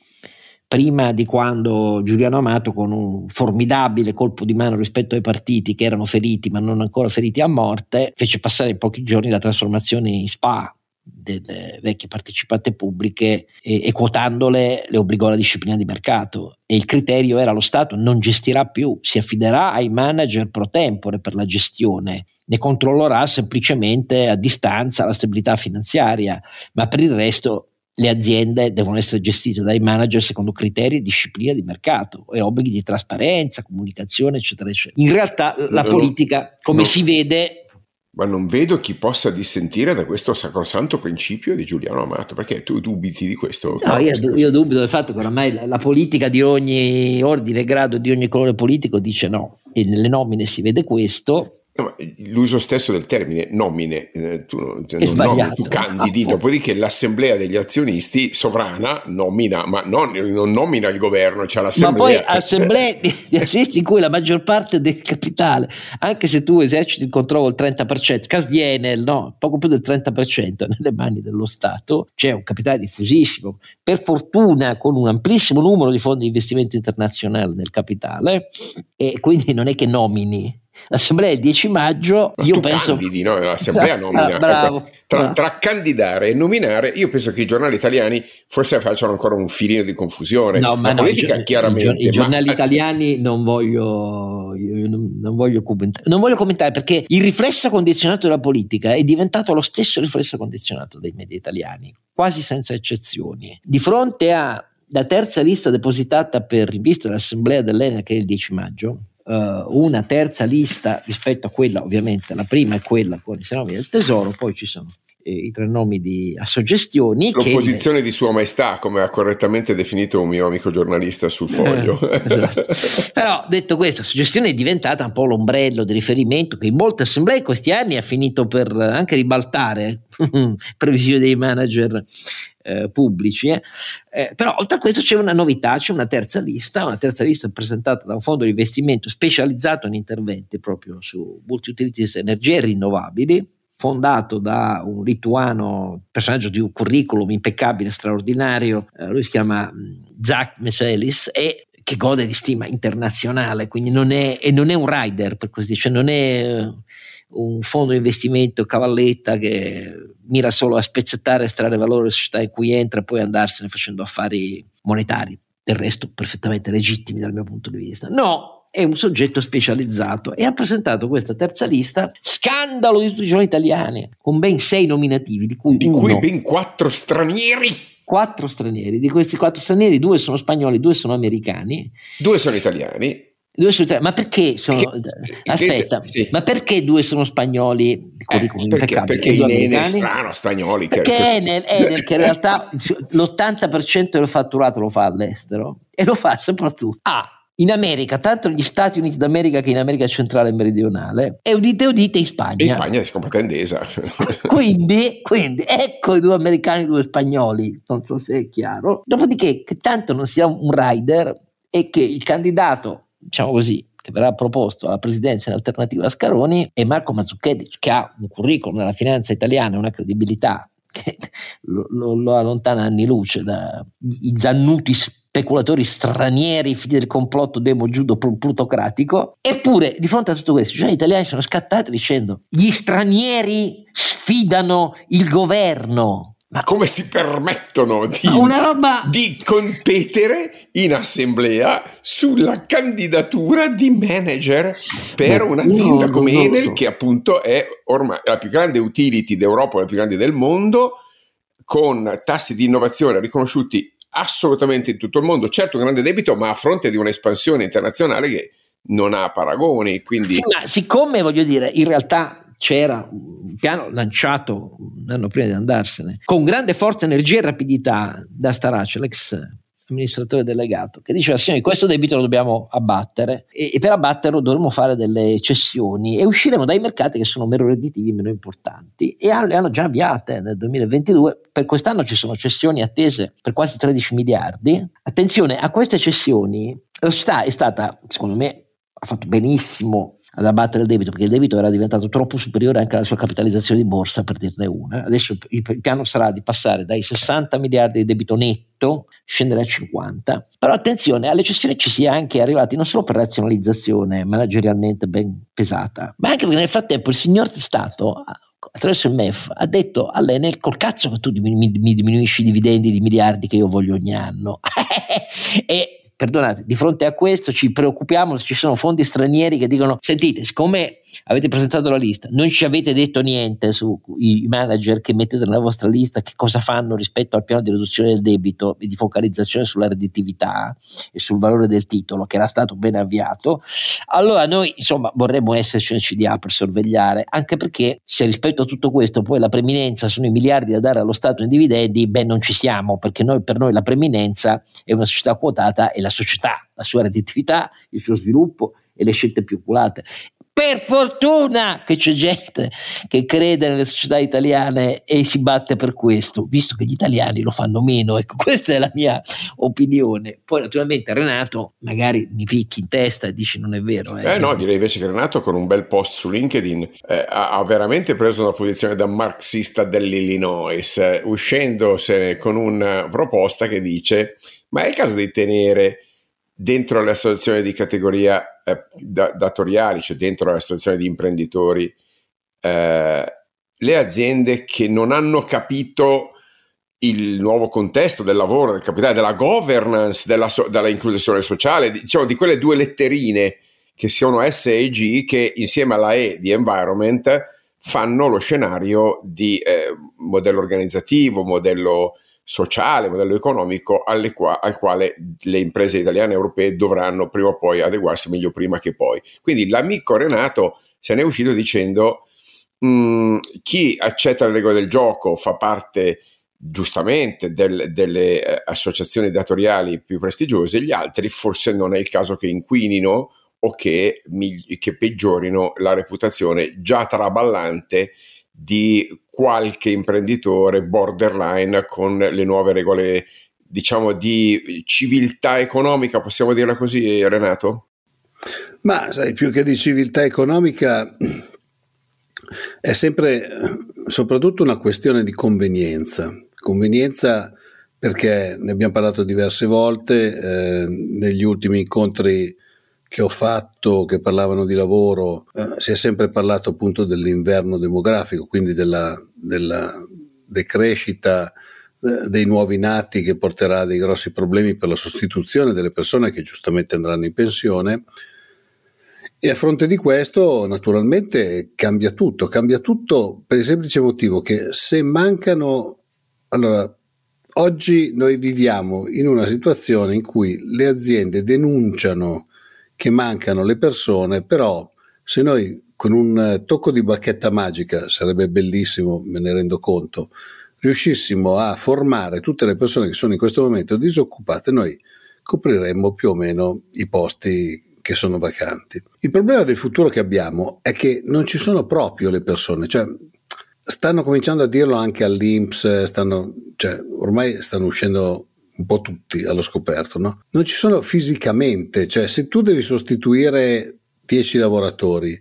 Speaker 1: Prima di quando Giuliano Amato, con un formidabile colpo di mano rispetto ai partiti che erano feriti ma non ancora feriti a morte, fece passare in pochi giorni la trasformazione in S P A delle vecchie partecipate pubbliche e, e quotandole le obbligò alla disciplina di mercato, e il criterio era: lo Stato non gestirà più, si affiderà ai manager pro tempore per la gestione, ne controllerà semplicemente a distanza la stabilità finanziaria, ma per il resto le aziende devono essere gestite dai manager secondo criteri e disciplina di mercato e obblighi di trasparenza, comunicazione, eccetera, eccetera. In realtà la no, politica, come no, si vede...
Speaker 2: Ma non vedo chi possa dissentire da questo sacrosanto principio di Giuliano Amato, perché tu dubiti di questo?
Speaker 1: No, io, io dubito del fatto che oramai la, la politica di ogni ordine, grado, di ogni colore politico dice no, e nelle nomine si vede questo.
Speaker 2: No, l'uso stesso del termine nomine, eh, tu, non nomini, tu candidi, dopodiché l'assemblea degli azionisti sovrana nomina, ma non, non nomina il governo, c'è l'assemblea.
Speaker 1: Ma poi assemblee di, di azionisti in cui la maggior parte del capitale, anche se tu eserciti il controllo del trenta per cento, caso di Enel, no, poco più del trenta per cento nelle mani dello Stato, c'è un capitale diffusissimo, per fortuna con un amplissimo numero di fondi di investimento internazionale nel capitale, e quindi non è che nomini. l'assemblea è il dieci maggio,
Speaker 2: ma
Speaker 1: io
Speaker 2: tu
Speaker 1: penso...
Speaker 2: candidi, no? L'assemblea nomina.
Speaker 1: Ah, bravo,
Speaker 2: ecco, tra,
Speaker 1: bravo.
Speaker 2: tra candidare e nominare, io penso che i giornali italiani forse facciano ancora un filino di confusione.
Speaker 1: No, ma
Speaker 2: la
Speaker 1: no,
Speaker 2: politica
Speaker 1: i,
Speaker 2: chiaramente.
Speaker 1: i, i giornali
Speaker 2: ma...
Speaker 1: italiani non voglio, io non, non voglio commentare, non voglio commentare perché il riflesso condizionato della politica è diventato lo stesso riflesso condizionato dei media italiani, quasi senza eccezioni. Di fronte a la terza lista depositata per in vista dell'assemblea dell'Enel, che è il dieci maggio, uh, una terza lista rispetto a quella, ovviamente la prima è quella con i sei nomi del tesoro, poi ci sono eh, i tre nomi di assuggestioni.
Speaker 2: L'opposizione
Speaker 1: che...
Speaker 2: di Sua Maestà, come ha correttamente definito un mio amico giornalista sul Foglio.
Speaker 1: Eh, esatto. Però detto questo, la suggestione è diventata un po' l'ombrello di riferimento che in molte assemblee in questi anni ha finito per anche ribaltare previsione dei manager Eh, pubblici, eh. Eh, però oltre a questo c'è una novità, c'è una terza lista, una terza lista presentata da un fondo di investimento specializzato in interventi proprio su multi-utilities, energie rinnovabili, fondato da un lituano, personaggio di un curriculum impeccabile, straordinario, eh, lui si chiama Zach Meselis e che gode di stima internazionale, quindi non è, e non è un rider, per così dire, cioè non è un fondo di investimento cavalletta che mira solo a spezzettare e estrarre valore alle società in cui entra e poi andarsene facendo affari monetari, del resto perfettamente legittimi dal mio punto di vista. No, è un soggetto specializzato e ha presentato questa terza lista, scandalo di tutti i giornali italiani, con ben sei nominativi, di cui,
Speaker 2: di
Speaker 1: uno,
Speaker 2: cui ben quattro stranieri.
Speaker 1: Quattro stranieri, di questi quattro stranieri due sono spagnoli, due sono americani.
Speaker 2: Due sono italiani.
Speaker 1: Due sono, ma perché sono
Speaker 2: che,
Speaker 1: aspetta
Speaker 2: che, sì.
Speaker 1: ma perché due sono spagnoli di curriculum
Speaker 2: eh, perché,
Speaker 1: impeccabili
Speaker 2: perché
Speaker 1: due
Speaker 2: Enel
Speaker 1: americani?
Speaker 2: Strano spagnoli
Speaker 1: perché
Speaker 2: che...
Speaker 1: Enel, Enel che in realtà l'ottanta per cento del fatturato lo fa all'estero e lo fa soprattutto ah, in America, tanto negli Stati Uniti d'America che in America centrale e meridionale, e udite udite in Spagna.
Speaker 2: In Spagna si compra Endesa.
Speaker 1: quindi, quindi ecco i due americani e i due spagnoli, non so se è chiaro. Dopodiché che tanto non sia un rider e che il candidato, diciamo così, che verrà proposto alla presidenza in alternativa a Scaroni è Marco Mazzucchelli, che ha un curriculum nella finanza italiana e una credibilità che lo, lo, lo allontana anni luce dai zannuti speculatori stranieri figli del complotto demo-giudo plutocratico. Eppure di fronte a tutto questo i giornali italiani sono scattati dicendo gli stranieri sfidano il governo.
Speaker 2: Ma come si permettono di,
Speaker 1: una roba...
Speaker 2: di competere in assemblea sulla candidatura di manager per no, un'azienda no, come no, Enel, so. che appunto è ormai la più grande utility d'Europa, la più grande del mondo, con tassi di innovazione riconosciuti assolutamente in tutto il mondo, certo un grande debito, ma a fronte di un'espansione internazionale che non ha paragoni. Quindi...
Speaker 1: Sì, ma siccome voglio dire, in realtà c'era un piano lanciato un anno prima di andarsene con grande forza, energia e rapidità da Starace, l'ex amministratore delegato, che diceva signori questo debito lo dobbiamo abbattere e, e per abbatterlo dovremo fare delle cessioni e usciremo dai mercati che sono meno redditivi, meno importanti, e le hanno già avviate nel duemilaventidue. Per quest'anno ci sono cessioni attese per quasi tredici miliardi. Attenzione, a queste cessioni la società è stata, secondo me, ha fatto benissimo ad abbattere il debito, perché il debito era diventato troppo superiore anche alla sua capitalizzazione di borsa, per dirne una. Adesso il, il piano sarà di passare dai sessanta miliardi di debito netto, scendere a cinquanta. Però attenzione, alle cessioni ci si è anche arrivati non solo per razionalizzazione managerialmente ben pesata, ma anche perché nel frattempo il signor di Stato attraverso il M E F ha detto all'Enel col cazzo che tu mi, mi, mi diminuisci i dividendi di miliardi che io voglio ogni anno. E perdonate, di fronte a questo ci preoccupiamo se ci sono fondi stranieri che dicono sentite, siccome avete presentato la lista, non ci avete detto niente sui manager che mettete nella vostra lista, che cosa fanno rispetto al piano di riduzione del debito e di focalizzazione sulla redditività e sul valore del titolo che era stato ben avviato, allora noi insomma vorremmo esserci nel C D A per sorvegliare, anche perché se rispetto a tutto questo poi la preminenza sono i miliardi da dare allo Stato in dividendi, beh non ci siamo, perché noi, per noi la preminenza è una società quotata e la società, la sua redditività, il suo sviluppo e le scelte più oculate. Per fortuna che c'è gente che crede nelle società italiane e si batte per questo, visto che gli italiani lo fanno meno. Ecco, questa è la mia opinione. Poi naturalmente Renato magari mi picchi in testa e dici non è vero. Eh,
Speaker 2: eh no, direi invece che Renato con un bel post su LinkedIn eh, ha, ha veramente preso una posizione da marxista dell'Illinois, eh, uscendosene con una proposta che dice ma è il caso di tenere dentro le associazioni di categoria eh, da, datoriali, cioè dentro le associazioni di imprenditori, eh, le aziende che non hanno capito il nuovo contesto del lavoro, del capitale, della governance, della, so, della inclusione sociale, diciamo di quelle due letterine che sono S e G, che insieme alla E di environment fanno lo scenario di eh, modello organizzativo, modello sociale, modello economico alle qua, al quale le imprese italiane e europee dovranno prima o poi adeguarsi, meglio prima che poi. Quindi l'amico Renato se ne è uscito dicendo mh, chi accetta le regole del gioco fa parte giustamente del, delle eh, associazioni datoriali più prestigiose, gli altri forse non è il caso che inquinino o che, che peggiorino la reputazione già traballante di qualche imprenditore borderline con le nuove regole, diciamo, di civiltà economica, possiamo dirla così, Renato?
Speaker 3: Ma sai, più che di civiltà economica è sempre soprattutto una questione di convenienza. Convenienza perché ne abbiamo parlato diverse volte, eh, negli ultimi incontri che ho fatto, che parlavano di lavoro, eh, si è sempre parlato appunto dell'inverno demografico, quindi della, della decrescita eh, dei nuovi nati, che porterà dei grossi problemi per la sostituzione delle persone che giustamente andranno in pensione. E a fronte di questo naturalmente cambia tutto, cambia tutto per il semplice motivo che se mancano, allora oggi noi viviamo in una situazione in cui le aziende denunciano che mancano le persone, però se noi con un tocco di bacchetta magica, sarebbe bellissimo, me ne rendo conto, riuscissimo a formare tutte le persone che sono in questo momento disoccupate, noi copriremmo più o meno i posti che sono vacanti. Il problema del futuro che abbiamo è che non ci sono proprio le persone, cioè stanno cominciando a dirlo anche all'I N P S, stanno, cioè ormai stanno uscendo un po' tutti allo scoperto, no? Non ci sono fisicamente, cioè se tu devi sostituire dieci lavoratori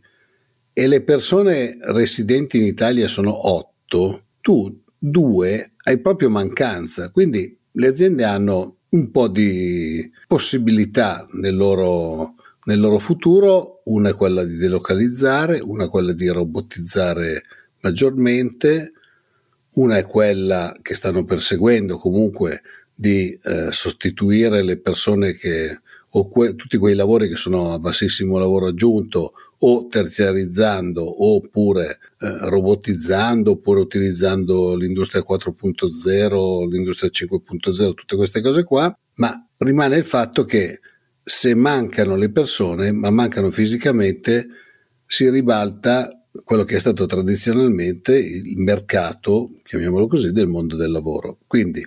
Speaker 3: e le persone residenti in Italia sono otto, tu due hai proprio mancanza, quindi le aziende hanno un po' di possibilità nel loro, nel loro futuro, una è quella di delocalizzare, una è quella di robotizzare maggiormente, una è quella che stanno perseguendo comunque di eh, sostituire le persone che o que- tutti quei lavori che sono a bassissimo lavoro aggiunto o terziarizzando oppure eh, robotizzando oppure utilizzando l'industria quattro punto zero, l'industria cinque punto zero, tutte queste cose qua, ma rimane il fatto che se mancano le persone, ma mancano fisicamente, si ribalta quello che è stato tradizionalmente il mercato, chiamiamolo così, del mondo del lavoro. Quindi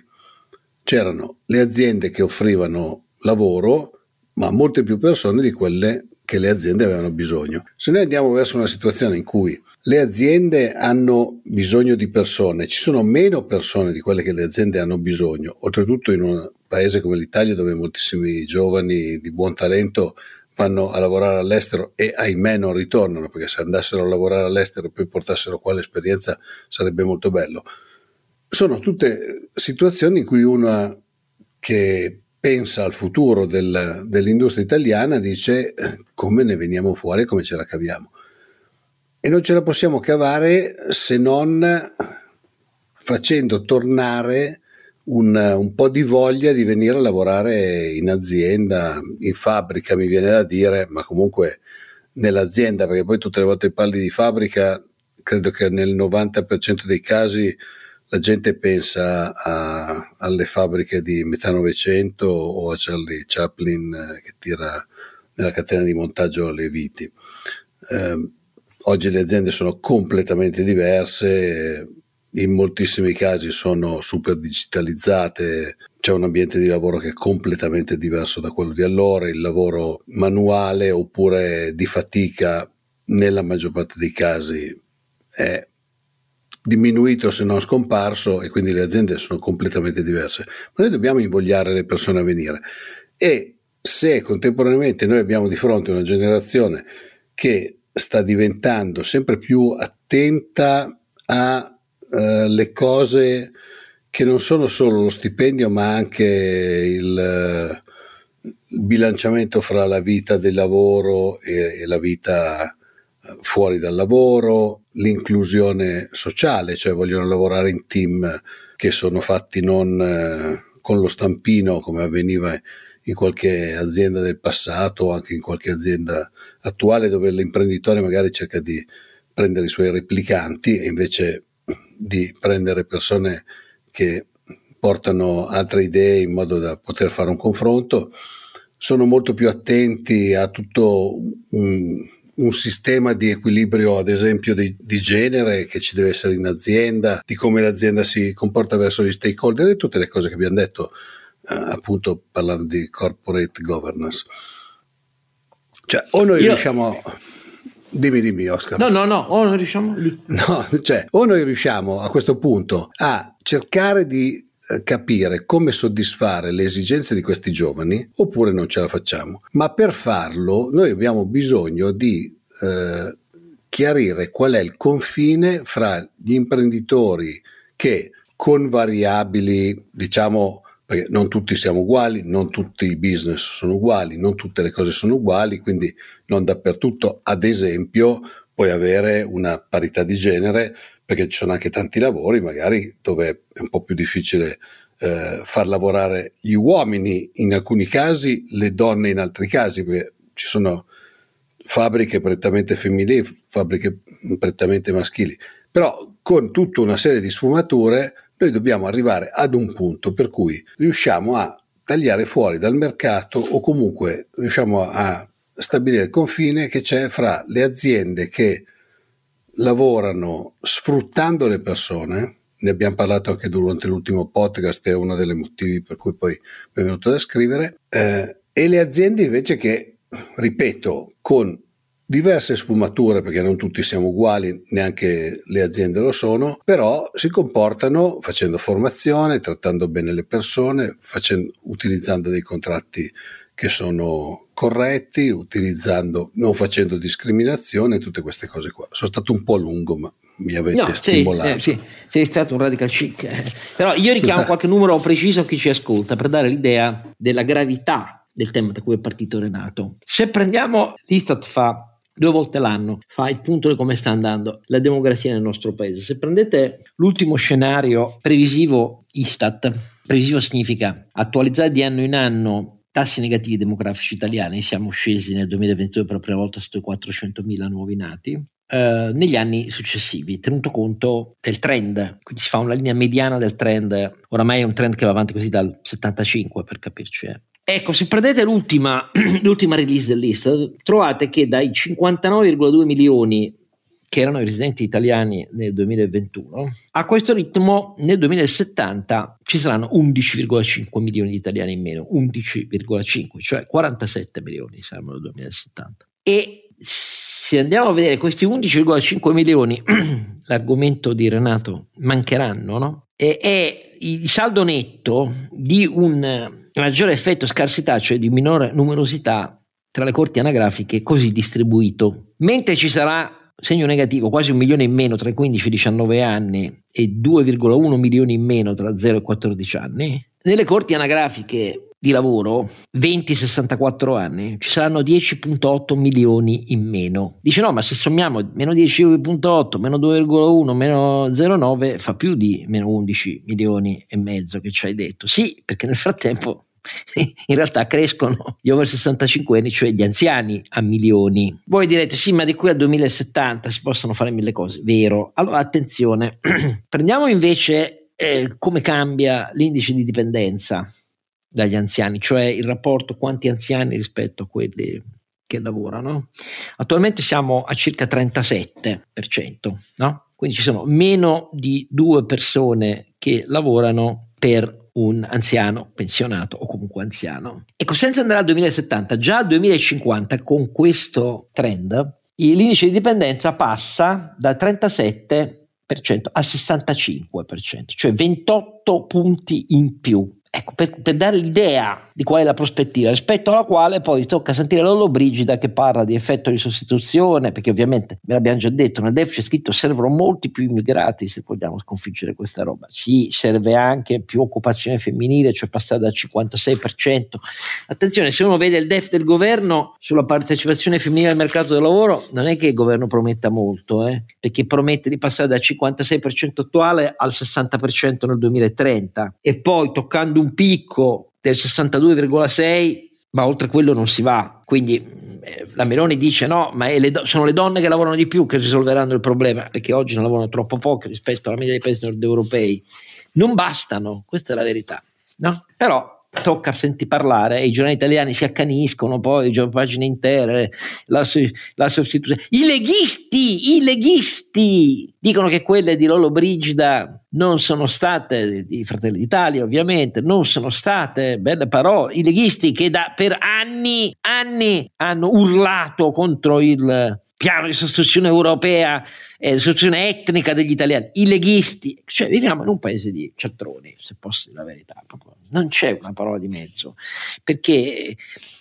Speaker 3: c'erano le aziende che offrivano lavoro, ma molte più persone di quelle che le aziende avevano bisogno. Se noi andiamo verso una situazione in cui le aziende hanno bisogno di persone, ci sono meno persone di quelle che le aziende hanno bisogno, oltretutto in un paese come l'Italia dove moltissimi giovani di buon talento vanno a lavorare all'estero e ahimè non ritornano, perché se andassero a lavorare all'estero e poi portassero qua l'esperienza sarebbe molto bello. Sono tutte situazioni in cui uno che pensa al futuro del, dell'industria italiana dice come ne veniamo fuori, come ce la caviamo. E non ce la possiamo cavare se non facendo tornare un, un po' di voglia di venire a lavorare in azienda, in fabbrica mi viene da dire, ma comunque nell'azienda, perché poi tutte le volte che parli di fabbrica credo che nel novanta per cento dei casi la gente pensa a, alle fabbriche di metà Novecento o a Charlie Chaplin eh, che tira nella catena di montaggio le viti. Eh, oggi le aziende sono completamente diverse, in moltissimi casi sono super digitalizzate, c'è un ambiente di lavoro che è completamente diverso da quello di allora, il lavoro manuale oppure di fatica nella maggior parte dei casi è diminuito se non scomparso e quindi le aziende sono completamente diverse, ma noi dobbiamo invogliare le persone a venire. E se contemporaneamente noi abbiamo di fronte una generazione che sta diventando sempre più attenta a uh, le cose che non sono solo lo stipendio ma anche il, il bilanciamento fra la vita del lavoro e, e la vita fuori dal lavoro, l'inclusione sociale, cioè vogliono lavorare in team che sono fatti non eh, con lo stampino come avveniva in qualche azienda del passato o anche in qualche azienda attuale, dove l'imprenditore magari cerca di prendere i suoi replicanti e invece di prendere persone che portano altre idee in modo da poter fare un confronto. Sono molto più attenti a tutto un, un sistema di equilibrio, ad esempio di, di genere che ci deve essere in azienda, di come l'azienda si comporta verso gli stakeholder e tutte le cose che abbiamo detto, eh, appunto parlando di corporate governance. Cioè o noi Io... riusciamo a... Dimmi, dimmi Oscar.
Speaker 1: No, no, no, o noi riusciamo
Speaker 3: no, cioè, o noi riusciamo a questo punto a cercare di capire come soddisfare le esigenze di questi giovani oppure non ce la facciamo. Ma per farlo noi abbiamo bisogno di eh, chiarire qual è il confine fra gli imprenditori che con variabili, diciamo, perché non tutti siamo uguali, non tutti i business sono uguali, non tutte le cose sono uguali, quindi non dappertutto, ad esempio, puoi avere una parità di genere, perché ci sono anche tanti lavori magari dove è un po' più difficile eh, far lavorare gli uomini in alcuni casi, le donne in altri casi, perché ci sono fabbriche prettamente femminili, fabbriche prettamente maschili, però con tutta una serie di sfumature noi dobbiamo arrivare ad un punto per cui riusciamo a tagliare fuori dal mercato o comunque riusciamo a stabilire il confine che c'è fra le aziende che lavorano sfruttando le persone, ne abbiamo parlato anche durante l'ultimo podcast, è uno dei motivi per cui poi mi è venuto da scrivere, eh, e le aziende invece che, ripeto, con diverse sfumature, perché non tutti siamo uguali, neanche le aziende lo sono, però si comportano facendo formazione, trattando bene le persone, facendo, utilizzando dei contratti che sono corretti, utilizzando, non facendo discriminazione, tutte queste cose qua. Sono stato un po' lungo, ma mi avete no, stimolato.
Speaker 1: Sì, eh, sì, sei stato un radical chic. Eh. Però io richiamo qualche numero preciso a chi ci ascolta per dare l'idea della gravità del tema da cui è partito Renato. Se prendiamo, l'Istat fa due volte l'anno, fa il punto di come sta andando la demografia nel nostro paese. Se prendete l'ultimo scenario previsivo Istat, previsivo significa attualizzare di anno in anno tassi negativi demografici italiani, siamo scesi nel duemilaventidue per la prima volta sotto i quattrocentomila nuovi nati, eh, negli anni successivi, tenuto conto del trend, quindi si fa una linea mediana del trend, oramai è un trend che va avanti così dal settantacinque per capirci. Eh. Ecco, se prendete l'ultima, l'ultima release dell'Istat, trovate che dai cinquantanove virgola due milioni che erano i residenti italiani nel duemilaventuno, a questo ritmo nel duemilasettanta ci saranno undici virgola cinque milioni di italiani in meno, undici virgola cinque, cioè quarantasette milioni saranno nel duemilasettanta. E se andiamo a vedere questi undici virgola cinque milioni, l'argomento di Renato, mancheranno, no? E è il saldo netto di un maggiore effetto scarsità, cioè di minore numerosità tra le corti anagrafiche così distribuito, mentre ci sarà segno negativo, quasi un milione in meno tra i quindici e i diciannove anni e due virgola uno milioni in meno tra zero e quattordici anni. Nelle corti anagrafiche di lavoro venti sessantaquattro anni ci saranno dieci virgola otto milioni in meno. Dice no, ma se sommiamo meno dieci virgola otto, meno due virgola uno, meno zero virgola nove fa più di meno undici milioni e mezzo che ci hai detto. Sì, perché nel frattempo in realtà crescono gli over sessantacinque anni, cioè gli anziani, a milioni. Voi direte sì, ma di qui al duemilasettanta si possono fare mille cose, vero? Allora attenzione, prendiamo invece eh, come cambia l'indice di dipendenza dagli anziani, cioè il rapporto quanti anziani rispetto a quelli che lavorano. Attualmente siamo a circa trentasette per cento, no? Quindi ci sono meno di due persone che lavorano per un anziano pensionato o comunque anziano. Ecco, senza andare al duemilasettanta, già al duemilacinquanta con questo trend l'indice di dipendenza passa da trentasette per cento a sessantacinque per cento, cioè ventotto punti in più. Ecco, per, per dare l'idea di qual è la prospettiva, rispetto alla quale poi tocca sentire Lollobrigida che parla di effetto di sostituzione, perché ovviamente, ve l'abbiamo già detto, nel D E F c'è scritto servono molti più immigrati se vogliamo sconfiggere questa roba. Sì, serve anche più occupazione femminile, cioè passare dal cinquantasei per cento. Attenzione, se uno vede il D E F del governo sulla partecipazione femminile al mercato del lavoro, non è che il governo prometta molto, eh, perché promette di passare dal cinquantasei per cento attuale al sessanta per cento nel duemilatrenta e poi toccando un picco del sessantadue virgola sei, ma oltre quello non si va. Quindi eh, la Meloni dice no, ma è le do- sono le donne che lavorano di più che risolveranno il problema, perché oggi non lavorano troppo poco rispetto alla media dei paesi nord europei. Non bastano, questa è la verità, no? Però tocca senti parlare e i giornali italiani si accaniscono, poi pagine intere, la, la sostituzione. I leghisti, i leghisti dicono che quelle di Lollobrigida non sono state, di Fratelli d'Italia ovviamente, non sono state belle parole. I leghisti che da, per anni, anni hanno urlato contro il piano di sostituzione europea e eh, sostituzione etnica degli italiani, i leghisti, cioè viviamo in un paese di cialtroni, se posso dire la verità, proprio. Non c'è una parola di mezzo, perché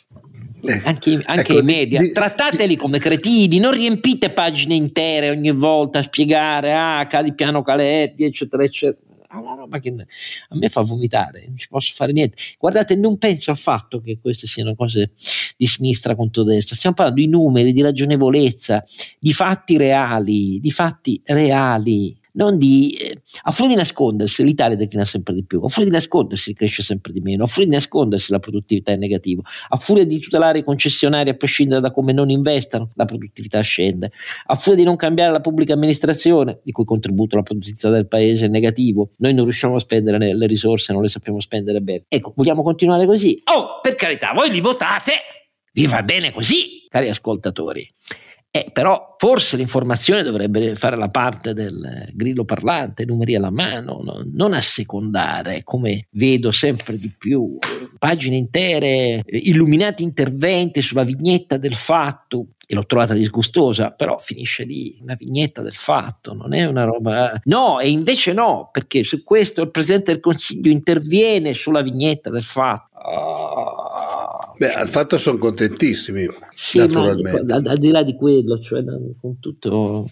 Speaker 1: eh, anche, anche ecco, i media, di, trattateli di, come cretini, non riempite pagine intere ogni volta a spiegare, ah, cali piano Caletti, eccetera, eccetera. Una roba che a me fa vomitare, non ci posso fare niente. Guardate, non penso affatto che queste siano cose di sinistra contro destra, stiamo parlando di numeri, di ragionevolezza, di fatti reali, di fatti reali. Non di eh, a furia di nascondersi l'Italia declina sempre di più, a furia di nascondersi cresce sempre di meno, a furia di nascondersi la produttività è negativa, a furia di tutelare i concessionari a prescindere da come non investano la produttività scende, a furia di non cambiare la pubblica amministrazione di cui contributo alla produttività del paese è negativo, noi non riusciamo a spendere le risorse, non le sappiamo spendere bene. Ecco, vogliamo continuare così? Oh, per carità, voi li votate, vi va bene così, cari ascoltatori. Eh, però forse l'informazione dovrebbe fare la parte del grillo parlante, numeri alla mano, no? Non assecondare, come vedo sempre di più, pagine intere, illuminati interventi sulla vignetta del fatto, e l'ho trovata disgustosa, però finisce lì, una vignetta del fatto, non è una roba... No, e invece no, perché su questo il Presidente del Consiglio interviene sulla vignetta del fatto. Oh,
Speaker 3: Beh, al fatto sono contentissimi,
Speaker 1: sì, naturalmente. Ma al, al di là di quello, cioè con tutto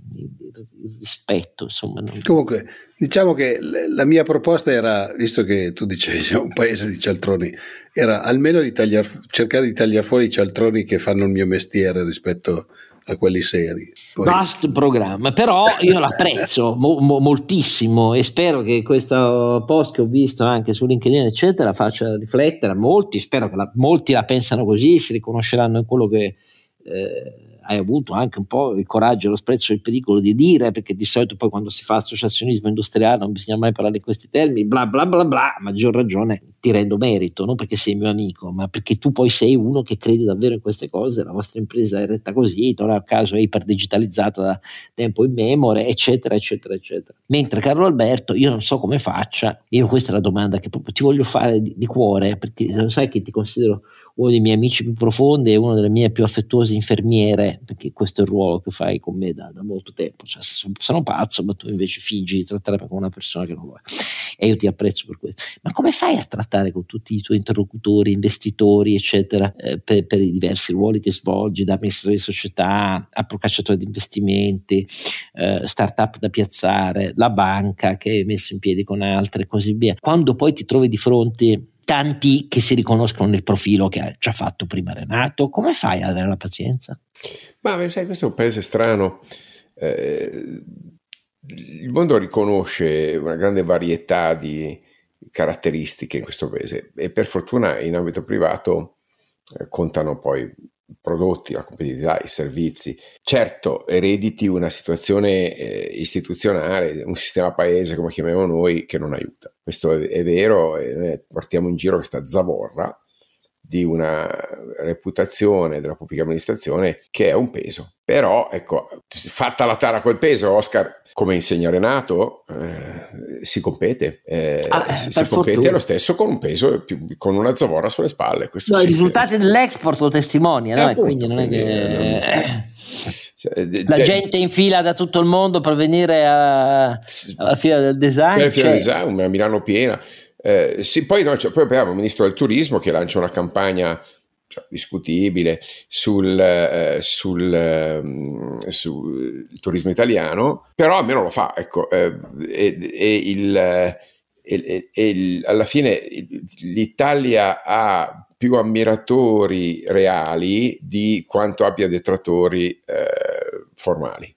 Speaker 1: il rispetto, insomma. Non...
Speaker 3: Comunque, diciamo che la mia proposta era, visto che tu dicevi siamo un paese di cialtroni, era almeno di tagliar, cercare di tagliare fuori i cialtroni che fanno il mio mestiere rispetto a quelli seri. Poi...
Speaker 1: Vast programma, però io l'apprezzo mo, mo, moltissimo e spero che questo post che ho visto anche su LinkedIn eccetera faccia riflettere a molti, spero che la, molti la pensano così, si riconosceranno in quello che eh, hai avuto anche un po' il coraggio e lo sprezzo del pericolo di dire, perché di solito poi quando si fa associazionismo industriale non bisogna mai parlare in questi termini, bla bla bla bla, a maggior ragione ti rendo merito, non perché sei mio amico, ma perché tu poi sei uno che crede davvero in queste cose, la vostra impresa è retta così, non è a caso è iperdigitalizzata da tempo immemore, eccetera, eccetera, eccetera. Mentre Carlo Alberto, io non so come faccia, io questa è la domanda che proprio ti voglio fare di, di cuore, perché lo sai che ti considero uno dei miei amici più profondi e una delle mie più affettuose infermiere, perché questo è il ruolo che fai con me da, da molto tempo, cioè, sono pazzo, ma tu invece fingi di trattarmi come una persona che non lo è, e io ti apprezzo per questo. Ma come fai a trattare con tutti i tuoi interlocutori, investitori, eccetera, eh, per, per i diversi ruoli che svolgi, da amministratore di società a procacciatore di investimenti, eh, startup da piazzare, la banca che hai messo in piedi con altre e così via, quando poi ti trovi di fronte tanti che si riconoscono nel profilo che ha già fatto prima Renato, come fai ad avere la pazienza?
Speaker 2: Ma sai, questo è un paese strano, eh, il mondo riconosce una grande varietà di caratteristiche in questo paese e per fortuna in ambito privato eh, contano poi i prodotti, la competitività, i servizi. Certo, erediti una situazione eh, istituzionale, un sistema paese come chiamiamo noi, che non aiuta. Questo è, è vero, e noi portiamo in giro questa zavorra di una reputazione della pubblica amministrazione che è un peso. Però, ecco, fatta la tara col peso, Oscar, come insegna Renato, eh, si compete. Eh, ah, si si compete fortuna. Lo stesso con un peso, più, con una zavorra sulle spalle. Questo
Speaker 1: no,
Speaker 2: sì,
Speaker 1: i risultati dell'export lo testimonia, no?
Speaker 2: Appunto,
Speaker 1: quindi non è che...
Speaker 2: Eh,
Speaker 1: Cioè, la de- gente in fila da tutto il mondo per venire a, alla fiera del design,
Speaker 2: alla fiera
Speaker 1: cioè...
Speaker 2: del design, una Milano piena. Eh, sì, poi, no, cioè, poi abbiamo il ministro del turismo che lancia una campagna, cioè, discutibile sul, eh, sul, eh, sul turismo italiano, però almeno lo fa, ecco, eh, e, e, il, e, e, e il, alla fine l'Italia ha più ammiratori reali di quanto abbia detrattori eh, formali.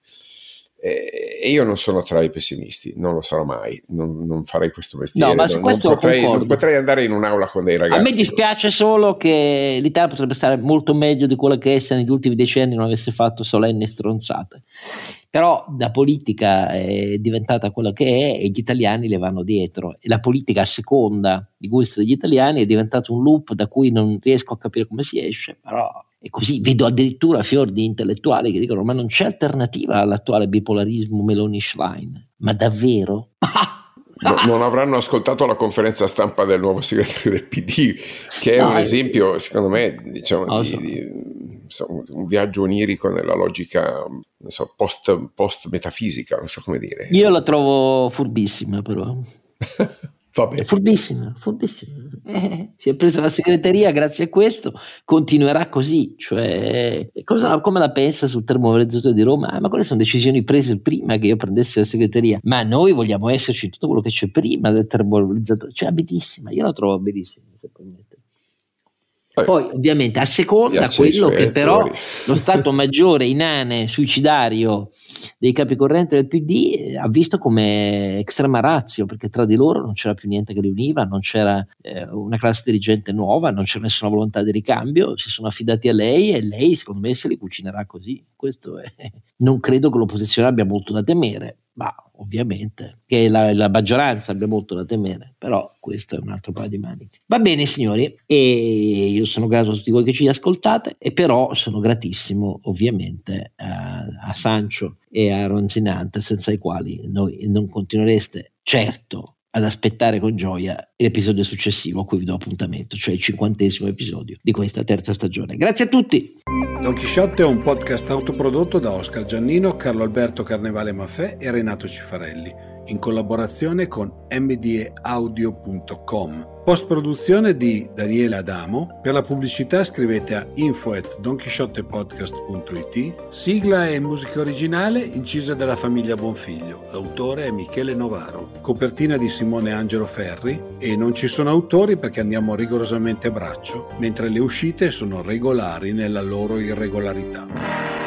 Speaker 2: E io non sono tra i pessimisti, non lo sarò mai, non, non farei questo mestiere,
Speaker 1: no, ma su
Speaker 2: non,
Speaker 1: questo
Speaker 2: non, potrei,
Speaker 1: concordo.
Speaker 2: non potrei andare in un'aula con dei ragazzi.
Speaker 1: A me dispiace solo che l'Italia potrebbe stare molto meglio di quello che è se negli ultimi decenni non avesse fatto solenni stronzate, però la politica è diventata quella che è e gli italiani le vanno dietro, e la politica a seconda di gusto degli italiani è diventato un loop da cui non riesco a capire come si esce, però e così vedo addirittura fior di intellettuali che dicono ma non c'è alternativa all'attuale bipolarismo Meloni-Schlein, ma davvero?
Speaker 2: No, non avranno ascoltato la conferenza stampa del nuovo segretario del P D, che è no, un esempio secondo me diciamo no, di, so. di insomma, un viaggio onirico nella logica non so, post, post metafisica, non so come dire.
Speaker 1: Io la trovo furbissima però.
Speaker 2: Vabbè.
Speaker 1: È furbissima, furbissima. Eh, si è presa la segreteria grazie a questo, continuerà così, cioè cosa, come la pensa sul termovalorizzatore di Roma? Ah, ma quelle sono decisioni prese prima che io prendessi la segreteria, ma noi vogliamo esserci in tutto quello che c'è prima del termovalorizzatore, cioè bellissima, io la trovo bellissima se permette. Poi ovviamente a seconda quello che però lo Stato Maggiore inane suicidario dei capicorrente del P D ha visto come extrema ratio, perché tra di loro non c'era più niente che li univa, non c'era eh, una classe dirigente nuova, non c'era nessuna volontà di ricambio, si sono affidati a lei e lei secondo me se li cucinerà così. Questo è, non credo che l'opposizione abbia molto da temere, ma ovviamente che la, la maggioranza abbia molto da temere, però questo è un altro paio di maniche. Va bene signori, e io sono grato a tutti voi che ci ascoltate, e però sono gratissimo ovviamente a, a Sancio e a Ronzinante, senza i quali noi non continuereste certo ad aspettare con gioia l'episodio successivo a cui vi do appuntamento, cioè il cinquantesimo episodio di questa terza stagione. Grazie a tutti.
Speaker 3: Don Chisciotte è un podcast autoprodotto da Oscar Giannino, Carlo Alberto Carnevale Maffè e Renato Cifarelli, in collaborazione con m d e audio punto com. Post produzione di Daniele Adamo. Per la pubblicità scrivete a info at donchisciottepodcast punto it. Sigla e musica originale incisa dalla famiglia Bonfiglio. L'autore è Michele Novaro. Copertina di Simone Angelo Ferri, e non ci sono autori perché andiamo rigorosamente a braccio, mentre le uscite sono regolari nella loro irregolarità.